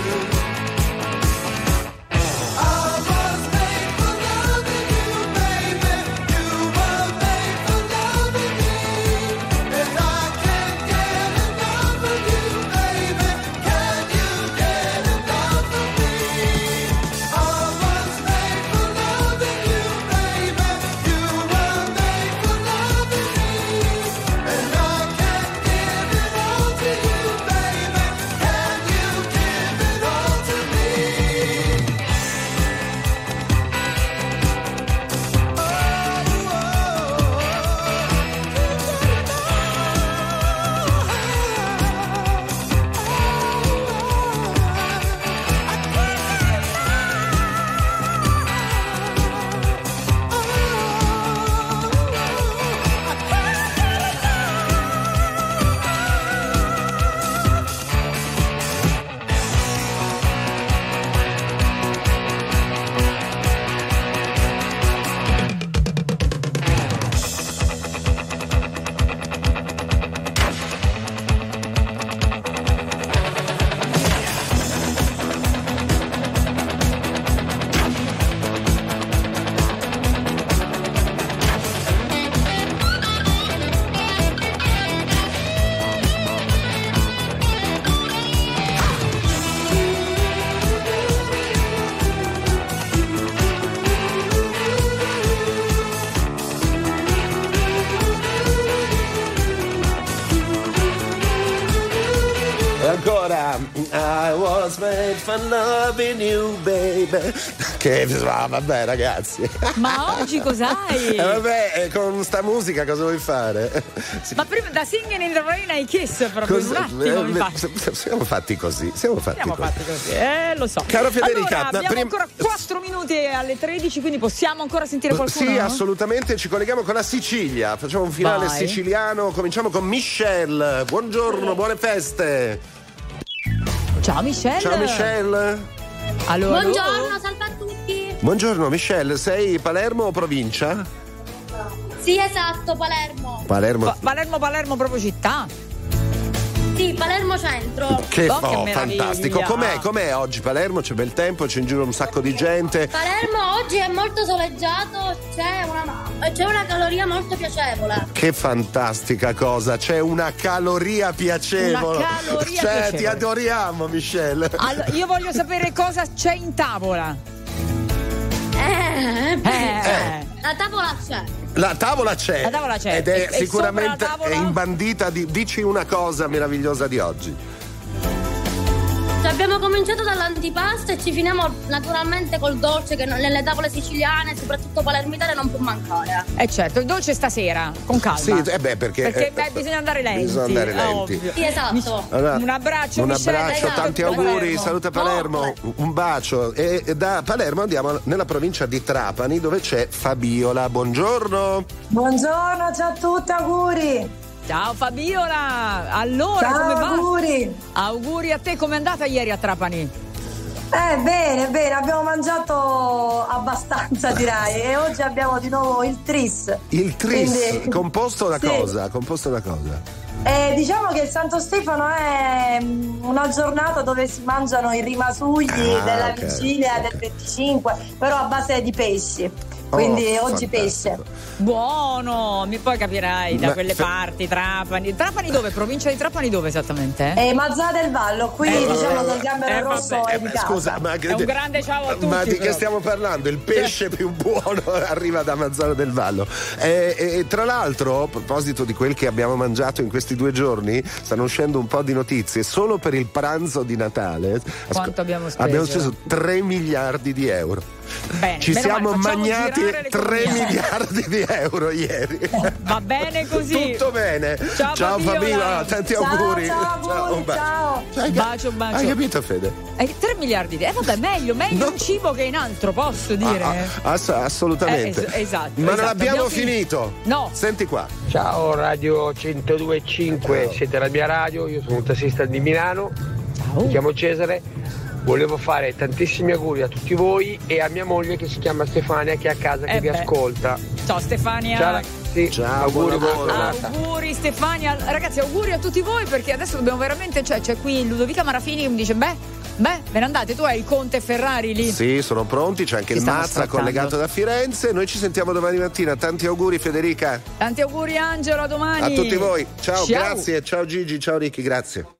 [SPEAKER 5] I was made for loving you, baby. Che ah, vabbè, ragazzi.
[SPEAKER 2] Ma oggi cos'hai?
[SPEAKER 1] Eh, vabbè, con sta musica cosa vuoi fare?
[SPEAKER 2] Sì. Ma prima da Singing in the Rain ai Kiss proprio Cos- un attimo.
[SPEAKER 1] Eh, siamo fatti così. Siamo fatti
[SPEAKER 2] siamo
[SPEAKER 1] così.
[SPEAKER 2] fatti così. Eh, lo so.
[SPEAKER 1] Caro Federica,
[SPEAKER 2] allora, abbiamo
[SPEAKER 1] prim-
[SPEAKER 2] ancora quattro minuti alle tredici, quindi possiamo ancora sentire qualcuno?
[SPEAKER 1] Sì, assolutamente. Ci colleghiamo con la Sicilia. Facciamo un finale Vai. siciliano. Cominciamo con Michelle. Buongiorno, buone feste.
[SPEAKER 2] Ciao Michelle.
[SPEAKER 1] Ciao Michelle.
[SPEAKER 2] Allora,
[SPEAKER 14] buongiorno, salve a tutti.
[SPEAKER 1] Buongiorno Michelle, sei Palermo o provincia?
[SPEAKER 14] Sì, esatto, Palermo.
[SPEAKER 1] Palermo.
[SPEAKER 2] Pa- Palermo, Palermo proprio città.
[SPEAKER 11] Sì, Palermo Centro.
[SPEAKER 1] Che,
[SPEAKER 2] Oh, che
[SPEAKER 1] oh,
[SPEAKER 2] meraviglia.
[SPEAKER 1] fantastico. Com'è, com'è oggi Palermo? C'è bel tempo, c'è in giro un sacco di gente.
[SPEAKER 11] Palermo oggi è molto soleggiato, c'è una, c'è una caloria molto piacevole.
[SPEAKER 1] Che fantastica cosa, c'è una caloria piacevole.
[SPEAKER 2] Una caloria
[SPEAKER 1] cioè,
[SPEAKER 2] piacevole.
[SPEAKER 1] ti adoriamo, Michelle.
[SPEAKER 2] Allora, io voglio sapere cosa c'è in tavola.
[SPEAKER 11] Eh,
[SPEAKER 2] Eh.
[SPEAKER 11] La tavola c'è.
[SPEAKER 1] La tavola c'è.
[SPEAKER 2] La tavola c'è.
[SPEAKER 1] Ed è
[SPEAKER 2] E- e
[SPEAKER 1] sicuramente
[SPEAKER 2] sopra la tavola?
[SPEAKER 1] è imbandita di. Dici una cosa meravigliosa di oggi.
[SPEAKER 11] Cioè, abbiamo cominciato dall'antipasto e ci finiamo naturalmente col dolce che non- nelle tavole siciliane, soprattutto palermitane, non può mancare.
[SPEAKER 2] Eh certo, il dolce stasera, con calma.
[SPEAKER 1] Sì, eh beh, perché.
[SPEAKER 2] Perché
[SPEAKER 1] eh,
[SPEAKER 2] beh, bisogna andare lenti.
[SPEAKER 1] Bisogna andare
[SPEAKER 2] è
[SPEAKER 1] lenti.
[SPEAKER 2] ovvio.
[SPEAKER 11] Sì, esatto.
[SPEAKER 1] Allora,
[SPEAKER 2] Un abbraccio,
[SPEAKER 1] un
[SPEAKER 2] Michelle,
[SPEAKER 1] abbraccio,
[SPEAKER 2] esatto,
[SPEAKER 1] tanti
[SPEAKER 2] Palermo.
[SPEAKER 1] auguri, saluta Palermo, un bacio. E e da Palermo andiamo nella provincia di Trapani dove c'è Fabiola. Buongiorno.
[SPEAKER 13] Buongiorno, ciao a tutti, auguri.
[SPEAKER 2] Ciao Fabiola, allora
[SPEAKER 13] Ciao,
[SPEAKER 2] come va?
[SPEAKER 13] auguri.
[SPEAKER 2] Auguri a te, com'è andata ieri a Trapani?
[SPEAKER 13] Eh, bene, bene, abbiamo mangiato abbastanza direi e oggi abbiamo di nuovo il tris.
[SPEAKER 1] Il tris,
[SPEAKER 13] Quindi-
[SPEAKER 1] composto da
[SPEAKER 13] Sì.
[SPEAKER 1] cosa? Composto da cosa?
[SPEAKER 13] Eh, diciamo che il Santo Stefano è mm, una giornata dove si mangiano i rimasugli
[SPEAKER 1] Ah,
[SPEAKER 13] della
[SPEAKER 1] ok,
[SPEAKER 13] vigilia del venticinque, però a base di pesci. Quindi
[SPEAKER 1] Oh,
[SPEAKER 13] oggi
[SPEAKER 1] fantastico.
[SPEAKER 13] pesce.
[SPEAKER 2] Buono, mi poi capirai da
[SPEAKER 13] Ma-
[SPEAKER 2] quelle
[SPEAKER 13] fe-
[SPEAKER 2] parti, Trapani. Trapani dove? Provincia di Trapani dove esattamente?
[SPEAKER 13] E Mazzara del Vallo, qui
[SPEAKER 2] Eh,
[SPEAKER 13] diciamo che il
[SPEAKER 2] eh,
[SPEAKER 13] gambero rosso
[SPEAKER 2] vabbè,
[SPEAKER 13] è
[SPEAKER 2] eh,
[SPEAKER 13] di
[SPEAKER 2] beh,
[SPEAKER 13] casa.
[SPEAKER 1] Scusa, ma
[SPEAKER 2] È un grande ciao a tutti.
[SPEAKER 1] Ma di che
[SPEAKER 2] però.
[SPEAKER 1] stiamo parlando? Il pesce più buono arriva da Mazzara del Vallo. E, e- e tra l'altro, a proposito di quel che abbiamo mangiato in questi due giorni, stanno uscendo un po' di notizie. Solo per il pranzo di Natale
[SPEAKER 2] Quanto abbiamo speso?
[SPEAKER 1] abbiamo speso tre miliardi di euro.
[SPEAKER 2] Bene,
[SPEAKER 1] Ci
[SPEAKER 2] meno
[SPEAKER 1] siamo
[SPEAKER 2] male, facciamo
[SPEAKER 1] magnati
[SPEAKER 2] girare l'economia.
[SPEAKER 1] tre miliardi di euro ieri.
[SPEAKER 2] Va bene così.
[SPEAKER 1] Tutto bene.
[SPEAKER 2] Ciao, Fabiola.
[SPEAKER 1] Fabiola, tanti
[SPEAKER 13] Ciao,
[SPEAKER 1] auguri.
[SPEAKER 13] ciao, auguri,
[SPEAKER 1] un bacio.
[SPEAKER 13] ciao.
[SPEAKER 1] Hai,
[SPEAKER 2] Bacio, bacio.
[SPEAKER 1] hai capito, Fede?
[SPEAKER 2] Eh, tre miliardi di. Eh vabbè, meglio, meglio un cibo che in altro, posso dire.
[SPEAKER 1] Ah, ah, ass- assolutamente.
[SPEAKER 2] Eh, es- esatto,
[SPEAKER 1] Ma non
[SPEAKER 2] esatto.
[SPEAKER 1] abbiamo
[SPEAKER 2] Abbiamo
[SPEAKER 1] finito.
[SPEAKER 2] No.
[SPEAKER 1] Senti qua.
[SPEAKER 16] Ciao Radio centodue e cinque, siete la mia radio, io sono un tassista di Milano, mi chiamo Cesare, volevo fare tantissimi auguri a tutti voi e a mia moglie che si chiama Stefania che è a casa che
[SPEAKER 2] Eh
[SPEAKER 16] vi
[SPEAKER 2] beh.
[SPEAKER 16] ascolta.
[SPEAKER 2] Ciao Stefania.
[SPEAKER 16] Ciao ragazzi,
[SPEAKER 1] Ciao,
[SPEAKER 16] auguri,
[SPEAKER 1] buon
[SPEAKER 16] buona
[SPEAKER 1] lavoro.
[SPEAKER 16] giornata.
[SPEAKER 2] Auguri Stefania, ragazzi, auguri a tutti voi perché adesso dobbiamo veramente, cioè c'è qui Ludovica Marafini che mi dice beh, beh, ve ne andate, tu hai il Conte Ferrari lì.
[SPEAKER 1] Sì, sono pronti, c'è anche
[SPEAKER 2] Ci
[SPEAKER 1] il
[SPEAKER 2] stiamo
[SPEAKER 1] Mazza
[SPEAKER 2] ascoltando.
[SPEAKER 1] collegato da Firenze. Noi ci sentiamo domani mattina. Tanti auguri Federica.
[SPEAKER 2] Tanti auguri Angelo, a domani.
[SPEAKER 1] A tutti voi. Ciao,
[SPEAKER 2] Ciao.
[SPEAKER 1] grazie. Ciao Gigi, ciao Ricky, grazie.